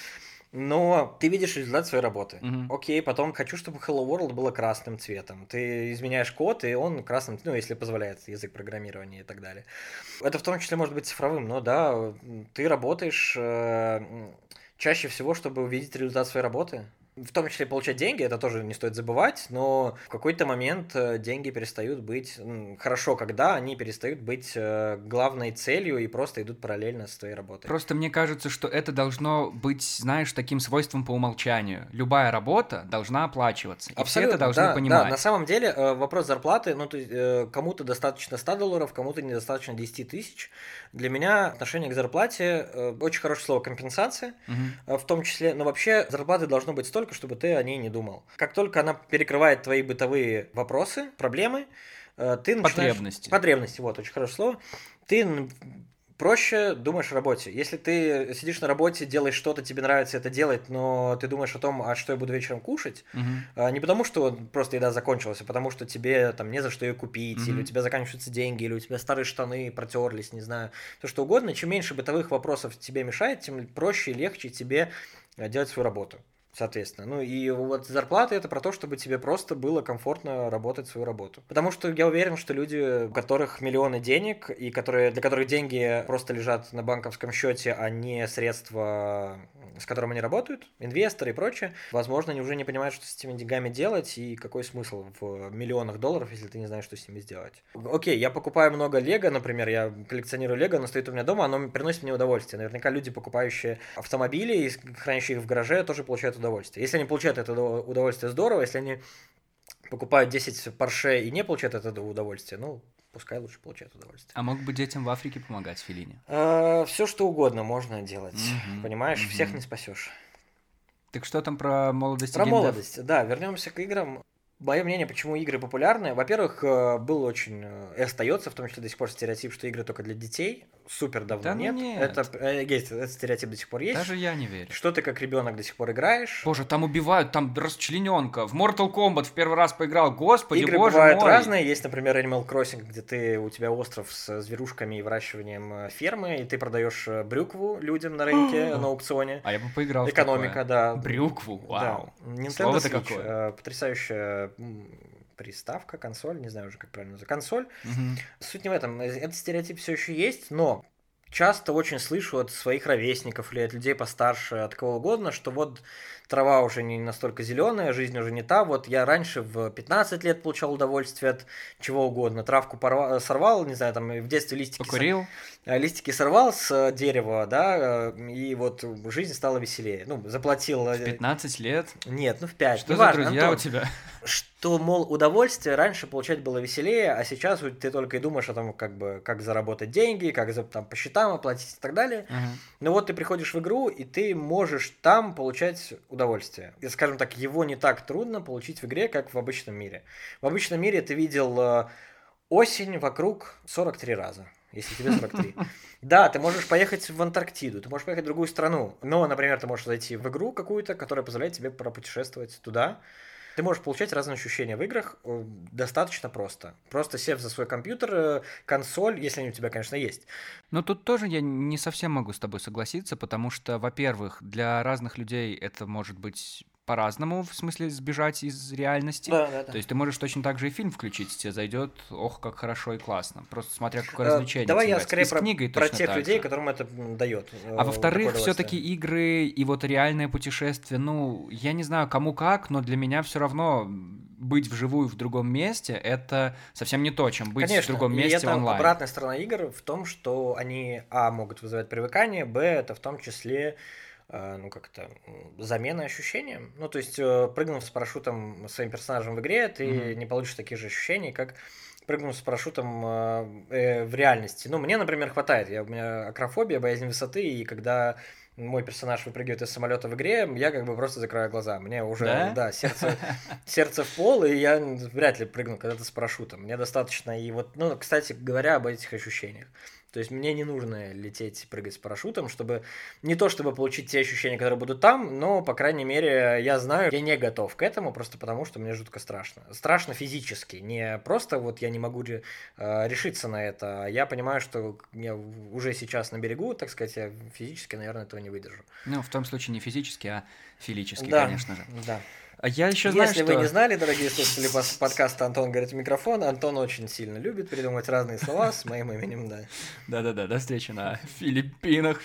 но ты видишь результат своей работы. Окей, потом хочу, чтобы Hello World было красным цветом. Ты изменяешь код, и он красным, если позволяет язык программирования и так далее. Это в том числе может быть цифровым, но да, ты работаешь чаще всего, чтобы увидеть результат своей работы. в том числе получать деньги, это тоже не стоит забывать, но в какой-то момент деньги перестают быть, хорошо, когда они перестают быть главной целью и просто идут параллельно с твоей работой. Просто мне кажется, что это должно быть, знаешь, таким свойством по умолчанию. Любая работа должна оплачиваться, и все это должны понимать. Да, на самом деле вопрос зарплаты, ну, то есть, кому-то достаточно $100, кому-то недостаточно 10 тысяч. Для меня отношение к зарплате, очень хорошее слово компенсация, в том числе, но вообще зарплаты должно быть столько, чтобы ты о ней не думал. Как только она перекрывает твои бытовые вопросы, проблемы, ты начинаешь... Потребности, вот, очень хорошее слово. Ты проще думаешь о работе. Если ты сидишь на работе, делаешь что-то, тебе нравится это делать, но ты думаешь о том, а что я буду вечером кушать, не потому что просто еда закончилась, а потому что тебе там не за что ее купить, или у тебя заканчиваются деньги, или у тебя старые штаны протерлись, не знаю, то что угодно. Чем меньше бытовых вопросов тебе мешает, тем проще и легче тебе делать свою работу. Соответственно. Ну и вот зарплата это про то, чтобы тебе просто было комфортно работать свою работу. Потому что я уверен, что люди, у которых миллионы денег, и для которых деньги просто лежат на банковском счете, а не средства, с которыми они работают, инвесторы и прочее, возможно, они уже не понимают, что с этими деньгами делать, и какой смысл в миллионах долларов, если ты не знаешь, что с ними сделать. Окей, я покупаю много лего, например, я коллекционирую лего, оно стоит у меня дома, оно приносит мне удовольствие. Наверняка люди, покупающие автомобили и хранящие их в гараже, тоже получают удовольствие. Если они получают это удовольствие, здорово. Если они покупают 10 Porsche и не получают от этого удовольствия, ну, пускай лучше получают удовольствие. А мог бы детям в Африке помогать, Феллини? Все, что угодно можно делать. Понимаешь, всех не спасешь. Так что там про молодость? Про молодость, да. Вернемся к играм. Мое мнение, почему игры популярны. Во-первых, был очень и остается, в том числе до сих пор стереотип, что игры только для детей. Супер давно да нет. нет. Этот стереотип до сих пор есть. Даже я не верю. Что ты как ребенок до сих пор играешь? Боже, там убивают, там расчлененка. В Mortal Kombat в первый раз поиграл. Господи, игры боже бывают мой. разные. Есть, например, Animal Crossing, где у тебя остров с зверушками и выращиванием фермы, и ты продаешь брюкву людям на рынке, на аукционе. А я бы поиграл Экономика, в такое. да. Брюкву, вау. Да. Nintendo Слово-то Switch, какое. Потрясающая приставка, консоль, не знаю уже, как правильно называется, консоль. Суть не в этом. Этот стереотип все еще есть, но часто очень слышу от своих ровесников или от людей постарше, от кого угодно, что вот трава уже не настолько зеленая, жизнь уже не та. Вот я раньше в 15 лет получал удовольствие от чего угодно. Травку сорвал, не знаю, там в детстве листики сорвал с дерева, да, и вот жизнь стала веселее. Ну, заплатил... В 15 лет? Нет, в 5. Что за друзья, Антон, у тебя? Что, мол, удовольствие раньше получать было веселее, а сейчас ты только и думаешь о том, как заработать деньги, как там по счетам оплатить и так далее. Но вот ты приходишь в игру, и ты можешь там получать удовольствие. И, скажем так, его не так трудно получить в игре, как в обычном мире. В обычном мире ты видел осень вокруг 43 раза, если тебе 43. Да, ты можешь поехать в Антарктиду, ты можешь поехать в другую страну, но, например, ты можешь зайти в игру какую-то, которая позволяет тебе пропутешествовать туда. Ты можешь получать разные ощущения в играх достаточно просто. Просто сев за свой компьютер, консоль, если они у тебя, конечно, есть. Но тут тоже я не совсем могу с тобой согласиться, потому что, во-первых, для разных людей это может быть по-разному, в смысле сбежать из реальности. Да. То есть ты можешь точно так же и фильм включить, тебе зайдет, ох, как хорошо и классно. Просто смотря какое развлечение. Давай я скорее про тех людей, которым это дает. А во-вторых, все-таки игры и вот реальное путешествие, ну, я не знаю, кому как, но для меня все равно быть вживую в другом месте — это совсем не то, чем быть в другом месте онлайн. Конечно, обратная сторона игр в том, что они, могут вызывать привыкание, это в том числе замена ощущениям. Ну, то есть, прыгнув с парашютом своим персонажем в игре, ты не получишь таких же ощущений, как прыгнув с парашютом в реальности. Ну, мне, например, хватает. У меня акрофобия, боязнь высоты, и когда мой персонаж выпрыгивает из самолета в игре, я просто закрываю глаза. Мне уже, сердце в пол, и я вряд ли прыгну когда-то с парашютом. Мне достаточно и вот, кстати говоря, об этих ощущениях. То есть мне не нужно лететь, прыгать с парашютом, чтобы не то чтобы получить те ощущения, которые будут там, но, по крайней мере, я знаю, я не готов к этому, просто потому что мне жутко страшно. Страшно физически, не просто вот я не могу решиться на это, а я понимаю, что я уже сейчас на берегу, так сказать, я физически, наверное, этого не выдержу. Ну, в том случае не физически, а филически, конечно же. Да. А я еще знаю, Если что... вы не знали, дорогие слушатели подкаста «Антон говорит в микрофон», Антон очень сильно любит придумывать разные слова с моим именем, да. Да-да-да, до встречи на Филиппинах.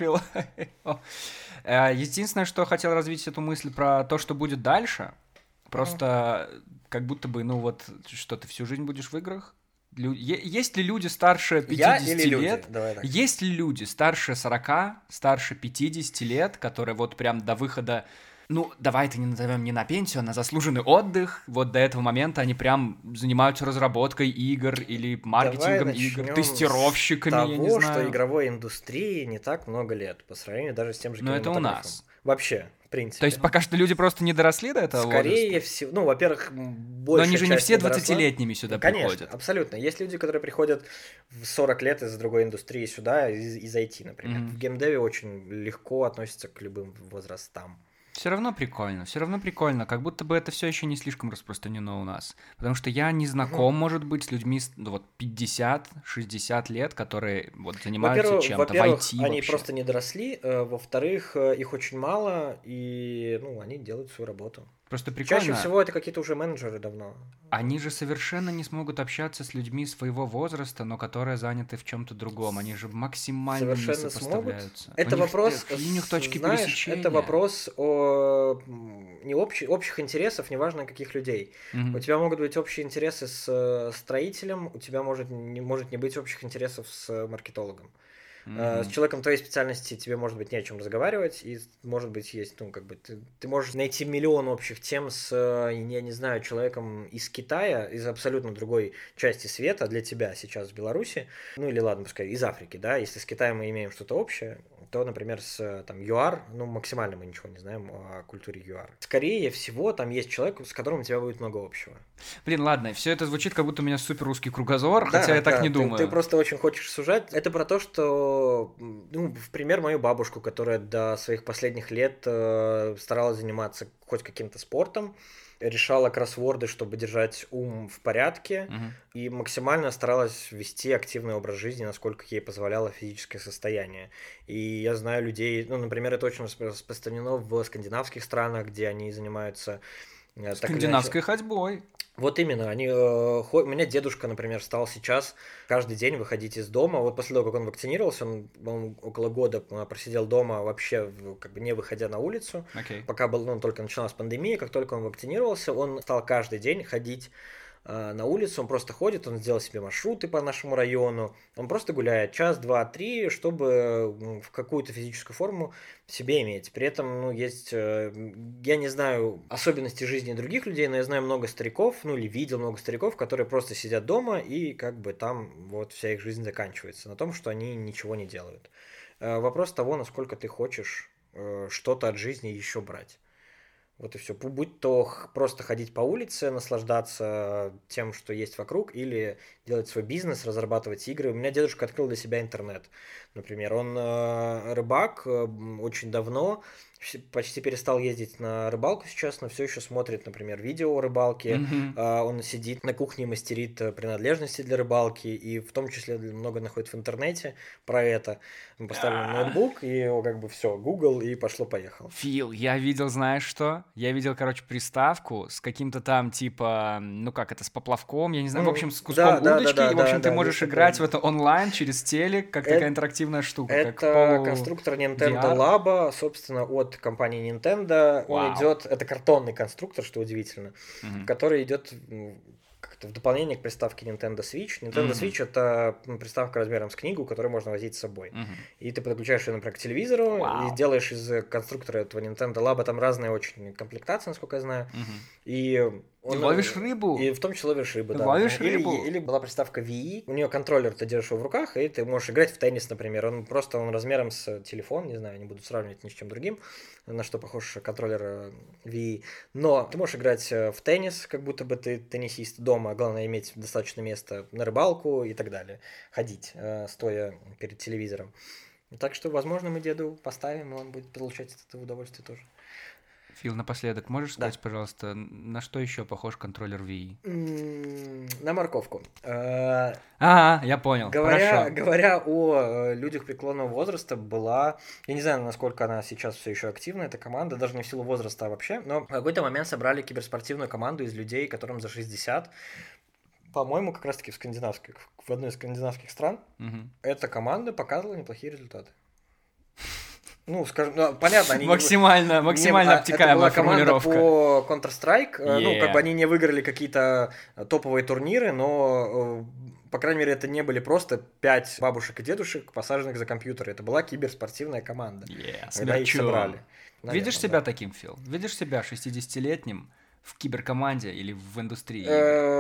Единственное, что хотел развить эту мысль про то, что будет дальше. Просто как будто бы, ну вот, что ты всю жизнь будешь в играх? Есть ли люди старше 50 лет? Давай так. Есть ли люди старше 40, старше 50 лет, которые вот прям до выхода, ну, давай это не назовем не на пенсию, а на заслуженный отдых. Вот до этого момента они прям занимаются разработкой игр или маркетингом игр, тестировщиками, я не знаю. Что игровой индустрии не так много лет по сравнению даже с тем же кинематографом. Но это у нас. Вообще, в принципе. То есть пока что люди просто не доросли до этого Скорее всего, ну, во-первых, большая Но они же не все доросла. 20-летними сюда Конечно, приходят. Абсолютно. Есть люди, которые приходят в 40 лет из другой индустрии сюда, из IT, например. В геймдеве очень легко относятся к любым возрастам. Все равно прикольно, как будто бы это все еще не слишком распространено у нас. Потому что я не знаком, может быть, с людьми вот 50-60 лет, которые вот занимаются чем-то в IT они вообще. просто не доросли, во-вторых, их очень мало, и ну, они делают свою работу. Просто прикольно. Чаще всего это какие-то уже менеджеры давно. Они же совершенно не смогут общаться с людьми своего возраста, но которые заняты в чем-то другом. Они же максимально совершенно не сопоставляются. Смогут. Это вопрос, у них точки знаешь, пересечения. это вопрос о не общих интересов, неважно каких людей. У тебя могут быть общие интересы с строителем, у тебя может не быть общих интересов с маркетологом. С человеком твоей специальности тебе, может быть, не о чем разговаривать, и, может быть, есть, ну, как бы, ты можешь найти миллион общих тем с, я не знаю, человеком из Китая, из абсолютно другой части света для тебя сейчас в Беларуси, ну, или, ладно, пускай из Африки, да, если с Китаем мы имеем что-то общее, то, например, с, там, ЮАР, ну, максимально мы ничего не знаем о культуре ЮАР. Скорее всего, там есть человек, с которым у тебя будет много общего. Блин, ладно, все это звучит, как будто у меня супер русский кругозор, да, хотя я так не думаю. Ты просто очень хочешь сужать. Это про то, что, ну, в пример, мою бабушку, которая до своих последних лет старалась заниматься хоть каким-то спортом, решала кроссворды, чтобы держать ум в порядке, и максимально старалась вести активный образ жизни, насколько ей позволяло физическое состояние. И я знаю людей, ну, например, это очень распространено в скандинавских странах, где они занимаются... Скандинавской ходьбой. Вот именно, у меня дедушка, например, стал сейчас каждый день выходить из дома. Вот после того, как он вакцинировался, он около года просидел дома вообще, как бы не выходя на улицу. Пока только началась пандемия, как только он вакцинировался, он стал каждый день ходить на улицу, он просто ходит, он сделал себе маршруты по нашему району, он просто гуляет час, два, три, чтобы в какую-то физическую форму себе иметь. При этом, ну, есть, я не знаю особенности жизни других людей, но я знаю много стариков, ну, или видел много стариков, которые просто сидят дома, и как бы там вот вся их жизнь заканчивается на том, что они ничего не делают. Вопрос того, насколько ты хочешь что-то от жизни еще брать. Вот и все. Будь то просто ходить по улице, наслаждаться тем, что есть вокруг, или делать свой бизнес, разрабатывать игры. У меня дедушка открыл для себя интернет. Например, он рыбак очень давно, почти перестал ездить на рыбалку сейчас, но все еще смотрит, например, видео о рыбалке. Он сидит на кухне, мастерит принадлежности для рыбалки, и в том числе много находит в интернете про это. Мы поставили ноутбук, и как бы все, Google, и пошло-поехало. Фил, я видел, знаешь что? Я видел, короче, приставку с каким-то там, типа, ну как это, с поплавком, я не знаю, в общем, с куском удочки, и, в общем, ты можешь играть в это онлайн через телек, как такая интерактивная штука. Это конструктор Nintendo Labo, собственно, от компании Nintendo. Он идет, это картонный конструктор, что удивительно, который идет как-то в дополнение к приставке Nintendo Switch. Nintendo Switch это приставка размером с книгу, которую можно возить с собой. И ты подключаешь ее, например, к телевизору и делаешь из конструктора этого Nintendo Labo, там разные очень комплектации, насколько я знаю. И ловишь рыбу. И в том числе ловишь рыбу, да. Ловишь рыбу. Или была приставка Wii, у нее контроллер, ты держишь его в руках, и ты можешь играть в теннис, например. Он размером с телефон, не знаю, не буду сравнивать ни с чем другим, на что похож контроллер Wii. Но ты можешь играть в теннис, как будто бы ты теннисист дома, главное иметь достаточно места на рыбалку и так далее. Ходить, стоя перед телевизором. Так что, возможно, мы деду поставим, и он будет получать от этого удовольствие тоже. Фил, напоследок, можешь Да. сказать, пожалуйста, на что еще похож контроллер Wii? На морковку. Я понял, хорошо. Говоря о людях преклонного возраста, была, я не знаю, насколько она сейчас все еще активна, эта команда, даже не в силу возраста, а вообще, но в какой-то момент собрали киберспортивную команду из людей, которым за 60, по-моему, как раз-таки в одной из скандинавских стран. Мгм. Эта команда показывала неплохие результаты. Ну, скажем, понятно, они Максимально это обтекаемая была команда формулировка. по Counter-Strike. Ну, как Yeah. бы они не выиграли какие-то топовые турниры, но, по крайней мере, это не были просто 5 бабушек и дедушек, посаженных за компьютер. Это была киберспортивная команда. Когда их Смерчом. собрали. Видишь Наверно, себя да. таким, Фил? Видишь себя 60-летним в киберкоманде или в индустрии игр?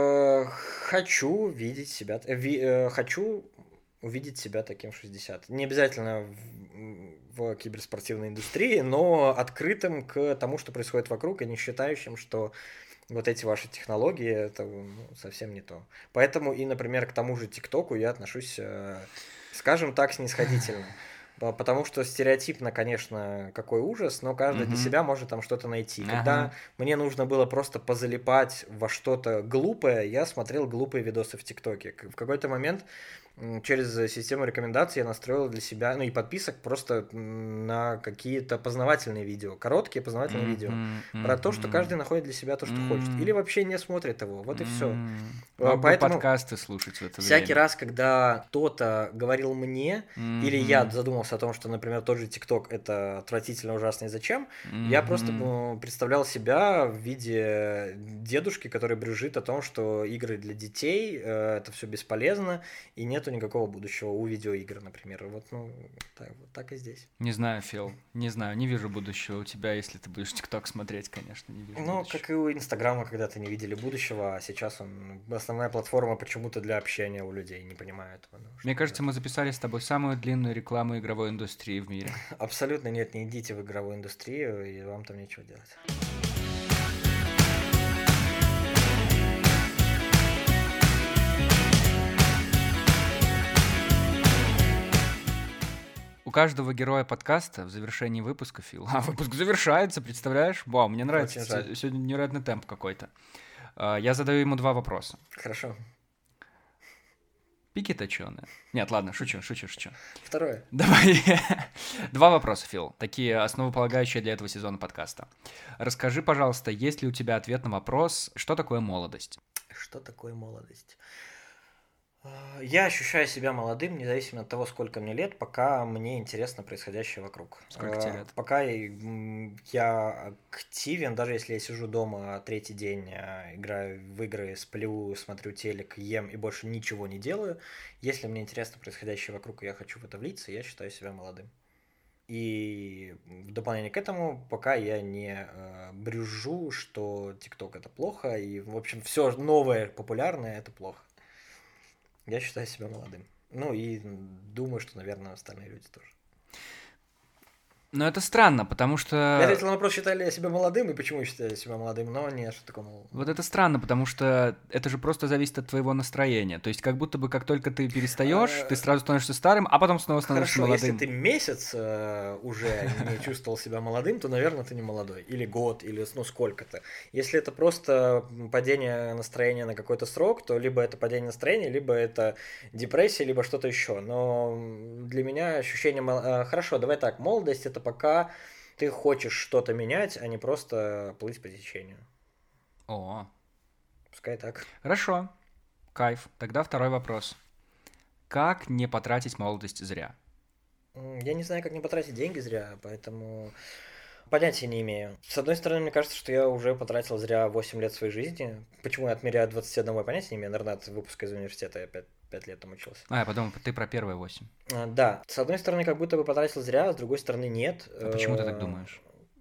Хочу видеть себя... Хочу увидеть себя таким в 60. Не обязательно в киберспортивной индустрии, но открытым к тому, что происходит вокруг, и не считающим, что вот эти ваши технологии, это совсем не то. Поэтому и, например, к тому же ТикТоку я отношусь, скажем так, снисходительно. Потому что стереотипно, конечно, какой ужас, но каждый для себя может там что-то найти. Когда мне нужно было просто позалипать во что-то глупое, я смотрел глупые видосы в ТикТоке. В какой-то момент через систему рекомендаций я настроил для себя, ну и подписок просто на какие-то познавательные видео, короткие познавательные видео, про то, что каждый находит для себя то, что хочет, или вообще не смотрит его, вот и все. Мог бы Поэтому подкасты слушать в это всякий время. раз, когда кто-то говорил мне, или я задумался о том, что, например, тот же ТикТок это отвратительно, ужасно и зачем, я просто представлял себя в виде дедушки, который брюзжит о том, что игры для детей это все бесполезно, и нету никакого будущего у видеоигр, например. Вот, так и здесь. Не знаю, Фил, не знаю, не вижу будущего у тебя, если ты будешь ТикТок смотреть, конечно, не вижу будущего. Как и у Инстаграма когда-то не видели будущего, а сейчас он основная платформа почему-то для общения у людей, не понимаю этого. Мне кажется, мы записали с тобой самую длинную рекламу игровой индустрии в мире. Абсолютно нет, не идите в игровую индустрию, и вам там нечего делать. У каждого героя подкаста в завершении выпуска, Фил, выпуск завершается, представляешь? Вау, мне нравится, сегодня невероятный темп какой-то. Я задаю ему 2 вопроса. Хорошо. Пики точёные. Нет, ладно, шучу. Второе. Давай. 2 вопроса, Фил, такие основополагающие для этого сезона подкаста. Расскажи, пожалуйста, есть ли у тебя ответ на вопрос, что такое молодость? Что такое молодость? Я ощущаю себя молодым, независимо от того, сколько мне лет, пока мне интересно происходящее вокруг. Сколько тебе лет? Пока я активен, даже если я сижу дома 3-й день, играю в игры, сплю, смотрю телек, ем и больше ничего не делаю, если мне интересно происходящее вокруг, и я хочу в это влиться, я считаю себя молодым. И в дополнение к этому, пока я не брюзжу, что ТикТок это плохо, и, в общем, все новое, популярное это плохо. Я считаю себя молодым. Ну и думаю, что, наверное, остальные люди тоже. Но это странно, потому что... Я ответил на вопрос, считаю ли я себя молодым и почему я считаю себя молодым, но нет, что такое молодым. Вот это странно, потому что это же просто зависит от твоего настроения. То есть как будто бы как только ты перестаешь, ты сразу становишься старым, а потом снова становишься молодым. Если ты месяц уже не чувствовал себя молодым, то, наверное, ты не молодой. Или год, или сколько-то. Если это просто падение настроения на какой-то срок, то либо это падение настроения, либо это депрессия, либо что-то еще. Но для меня ощущение... Хорошо, давай так, молодость — это пока ты хочешь что-то менять, а не просто плыть по течению. О. Пускай так. Хорошо. Кайф. Тогда второй вопрос. Как не потратить молодость зря? Я не знаю, как не потратить деньги зря, поэтому понятия не имею. С одной стороны, мне кажется, что я уже потратил зря 8 лет своей жизни. Почему я отмеряю 21, я понятия не имею. Наверное, от выпуска из университета я 5 лет там учился. Я подумал, ты про первые 8. Да. С одной стороны, как будто бы потратил зря, с другой стороны, нет. А почему ты так думаешь?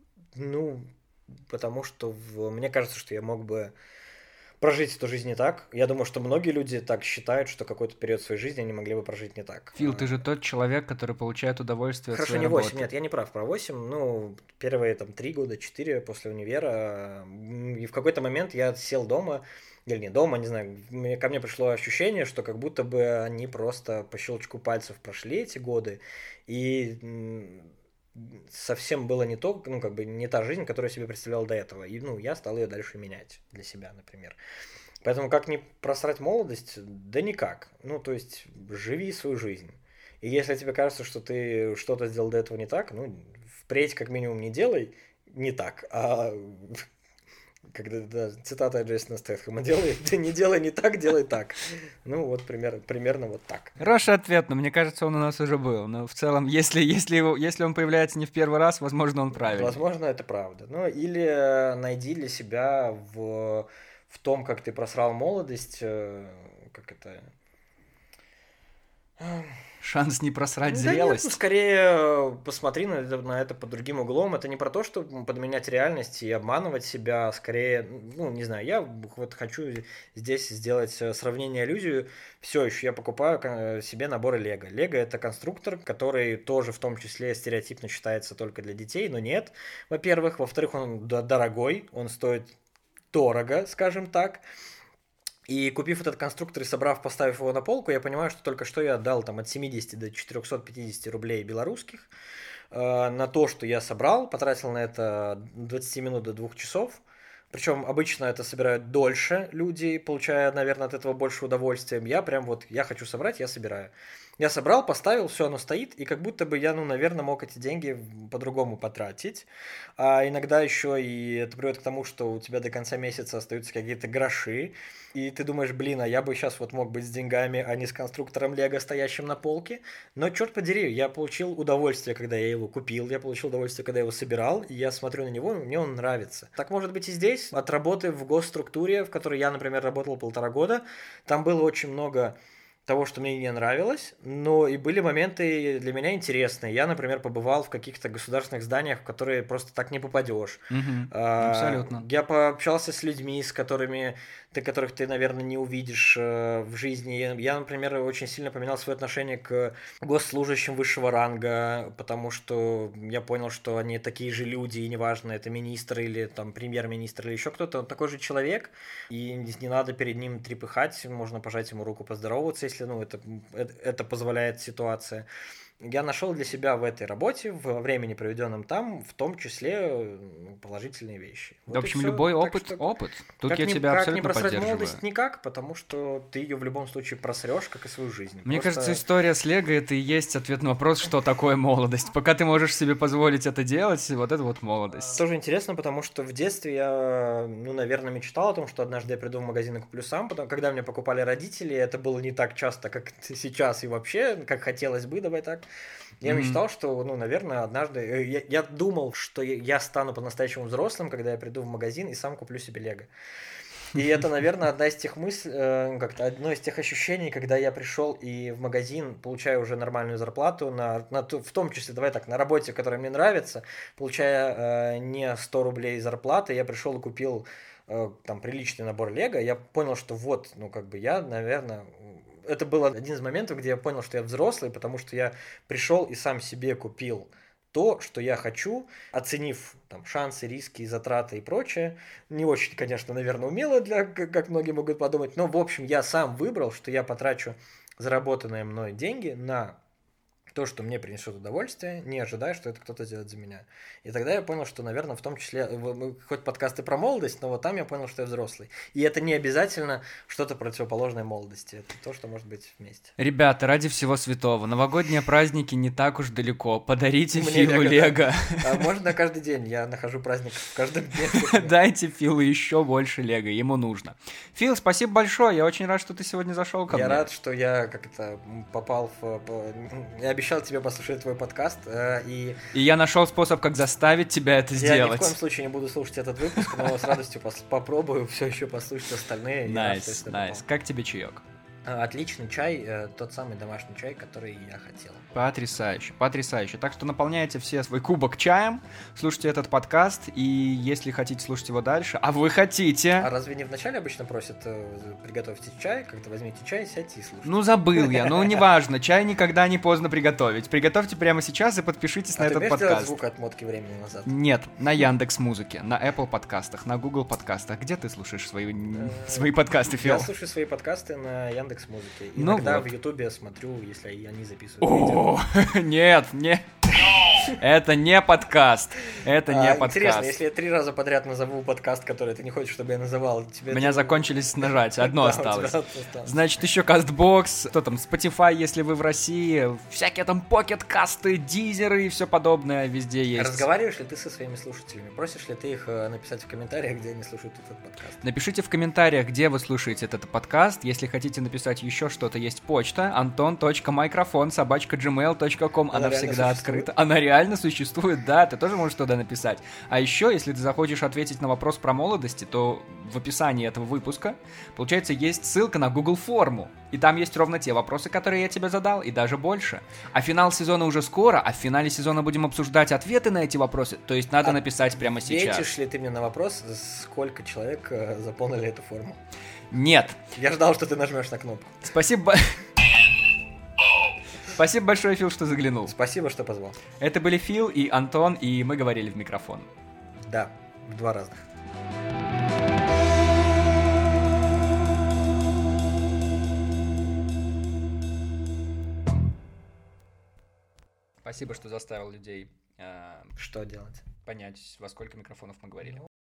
Потому что мне кажется, что я мог бы прожить эту жизнь не так. Я думаю, что многие люди так считают, что какой-то период своей жизни они могли бы прожить не так. Фил, ты же тот человек, который получает удовольствие от своей работы. работы. Хорошо, не 8, нет, я не прав про 8. Первые 3 года, 4 после универа. И в какой-то момент я сел дома, или не дома, не знаю, ко мне пришло ощущение, что как будто бы они просто по щелчку пальцев прошли эти годы. И совсем было не то, ну, как бы не та жизнь, которую я себе представлял до этого. И, ну, я стал ее дальше менять для себя, например. Поэтому как не просрать молодость? Да никак. Ну, то есть, живи свою жизнь. И если тебе кажется, что ты что-то сделал до этого не так, ну, впредь как минимум не делай не так, а когда да, цитата Джейсона Стэтхэма делай, ты не делай не так, делай так. Ну, вот примерно вот так. Хороший ответ, но мне кажется, он у нас уже был. Но в целом, если он появляется не в первый раз, возможно, он правильный. Возможно, это правда. Ну, или найди для себя в том, как ты просрал молодость, как это... Шанс не просрать Да зрелость. нет, ну, скорее посмотри на это под другим углом. Это не про то, чтобы подменять реальность и обманывать себя. Скорее, ну, не знаю, я вот хочу здесь сделать сравнение, аллюзию. Все еще я покупаю себе наборы Лего. Лего — это конструктор, который тоже в том числе стереотипно считается только для детей, но нет, во-первых. Во-вторых, он дорогой, он стоит дорого, скажем так. И купив этот конструктор и собрав, поставив его на полку, я понимаю, что только что я отдал там от 70 до 450 рублей белорусских на то, что я собрал, потратил на это 20 минут до 2 часов. Причем обычно это собирают дольше люди, получая, наверное, от этого больше удовольствия. Я прям вот, я хочу собрать, я собираю. Я собрал, поставил, все, оно стоит, и как будто бы я, ну, наверное, мог эти деньги по-другому потратить. А иногда еще и это приводит к тому, что у тебя до конца месяца остаются какие-то гроши, и ты думаешь, блин, а я бы сейчас вот мог быть с деньгами, а не с конструктором Лего, стоящим на полке. Но, черт подери, я получил удовольствие, когда я его купил, я получил удовольствие, когда я его собирал, и я смотрю на него, и мне он нравится. Так может быть и здесь. От работы в госструктуре, в которой я, например, работал 1,5 года, там было очень много того, что мне не нравилось, но и были моменты для меня интересные. Я, например, побывал в каких-то государственных зданиях, в которые просто так не попадешь. Абсолютно. Я пообщался с людьми, которых ты, наверное, не увидишь в жизни. Я, например, очень сильно поменял свое отношение к госслужащим высшего ранга, потому что я понял, что они такие же люди, и неважно, это министр или там премьер-министр или еще кто-то, он такой же человек, и не надо перед ним трепыхать, можно пожать ему руку, поздороваться, если это позволяет ситуация. Я нашел для себя в этой работе, во времени, проведенном там, в том числе положительные вещи. В общем, любой опыт. Тут я тебя абсолютно поддерживаю. Как не просрать молодость? Никак, потому что ты ее в любом случае просрешь, как и свою жизнь. Мне кажется, история с Лего — это и есть ответ на вопрос, что такое молодость. Пока ты можешь себе позволить это делать, вот это вот молодость. Тоже интересно, потому что в детстве я, наверное, мечтал о том, что однажды я приду в магазин и куплю сам. Потом, когда мне покупали родители, это было не так часто, как сейчас и вообще, как хотелось бы, давай так. Я мечтал, что, наверное, однажды... Я думал, что я стану по-настоящему взрослым, когда я приду в магазин и сам куплю себе Лего. И это, наверное, одна из тех одно из тех ощущений, когда я пришел и в магазин, получаю уже нормальную зарплату, в том числе, давай так, на работе, которая мне нравится, получая не 100 рублей зарплаты, я пришел и купил там приличный набор Лего, я понял, что вот, я, наверное... Это был один из моментов, где я понял, что я взрослый, потому что я пришел и сам себе купил то, что я хочу, оценив там шансы, риски, затраты и прочее. Не очень, конечно, наверное, умело, как многие могут подумать, но, в общем, я сам выбрал, что я потрачу заработанные мной деньги на то, что мне принесет удовольствие, не ожидая, что это кто-то сделает за меня. И тогда я понял, что, наверное, в том числе, хоть подкасты про молодость, но вот там я понял, что я взрослый. И это не обязательно что-то противоположное молодости. Это то, что может быть вместе. Ребята, ради всего святого, новогодние праздники не так уж далеко. Подарите Филу Лего. Можно каждый день. Я нахожу праздник в каждом дне. Дайте Филу еще больше Лего, ему нужно. Фил, спасибо большое. Я очень рад, что ты сегодня зашел ко мне. Я рад, что я попал Я обещал тебе послушать твой подкаст, и я нашел способ, как заставить тебя это сделать. Я ни в коем случае не буду слушать этот выпуск, но с радостью попробую все еще послушать остальные. Найс. Как тебе чаек? Отличный чай, тот самый домашний чай, который я хотел. Потрясающе. Так что наполняйте все свой кубок чаем, слушайте этот подкаст, и если хотите слушать его дальше, а вы хотите... А разве не вначале обычно просят, приготовьте чай, как-то возьмите чай, сядьте и слушайте? Забыл я, неважно, чай никогда не поздно приготовить. Приготовьте прямо сейчас и подпишитесь на этот подкаст. А ты умеешь делать звук отмотки времени назад? Нет, на Яндекс.Музыке, на Apple подкастах, на Google подкастах. Где ты слушаешь свои подкасты, Фил? Я слушаю свои подкасты на Яндекс.Музыке. Иногда в Ютубе смотрю, если они записывают видео. Нет. Это не подкаст. Это не подкаст. Интересно, если я 3 раза подряд назову подкаст, который ты не хочешь, чтобы я называл, тебе... У меня закончились нажать, одно Да, осталось. у тебя осталось. Значит, еще Castbox, что там, Spotify, если вы в России, всякие там покеткасты, дизеры и все подобное везде есть. Разговариваешь ли ты со своими слушателями? Просишь ли ты их написать в комментариях, где они слушают этот подкаст? Напишите в комментариях, где вы слушаете этот подкаст. Если хотите написать еще что-то, есть почта anton.microphone@gmail.com. Она всегда открыта. Она реально существует, да, ты тоже можешь туда написать. А еще, если ты захочешь ответить на вопрос про молодости, то в описании этого выпуска, получается, есть ссылка на Google форму. И там есть ровно те вопросы, которые я тебе задал, и даже больше. А финал сезона уже скоро, а в финале сезона будем обсуждать ответы на эти вопросы. То есть надо написать прямо сейчас. Ответишь ли ты мне на вопрос, сколько человек заполнили эту форму? Нет. Я ждал, что ты нажмешь на кнопку. Спасибо. Спасибо большое, Фил, что заглянул. Спасибо, что позвал. Это были Фил и Антон, и мы говорили в микрофон. Да, в 2 разных. Спасибо, что заставил людей Что делать? понять, во сколько микрофонов мы говорили.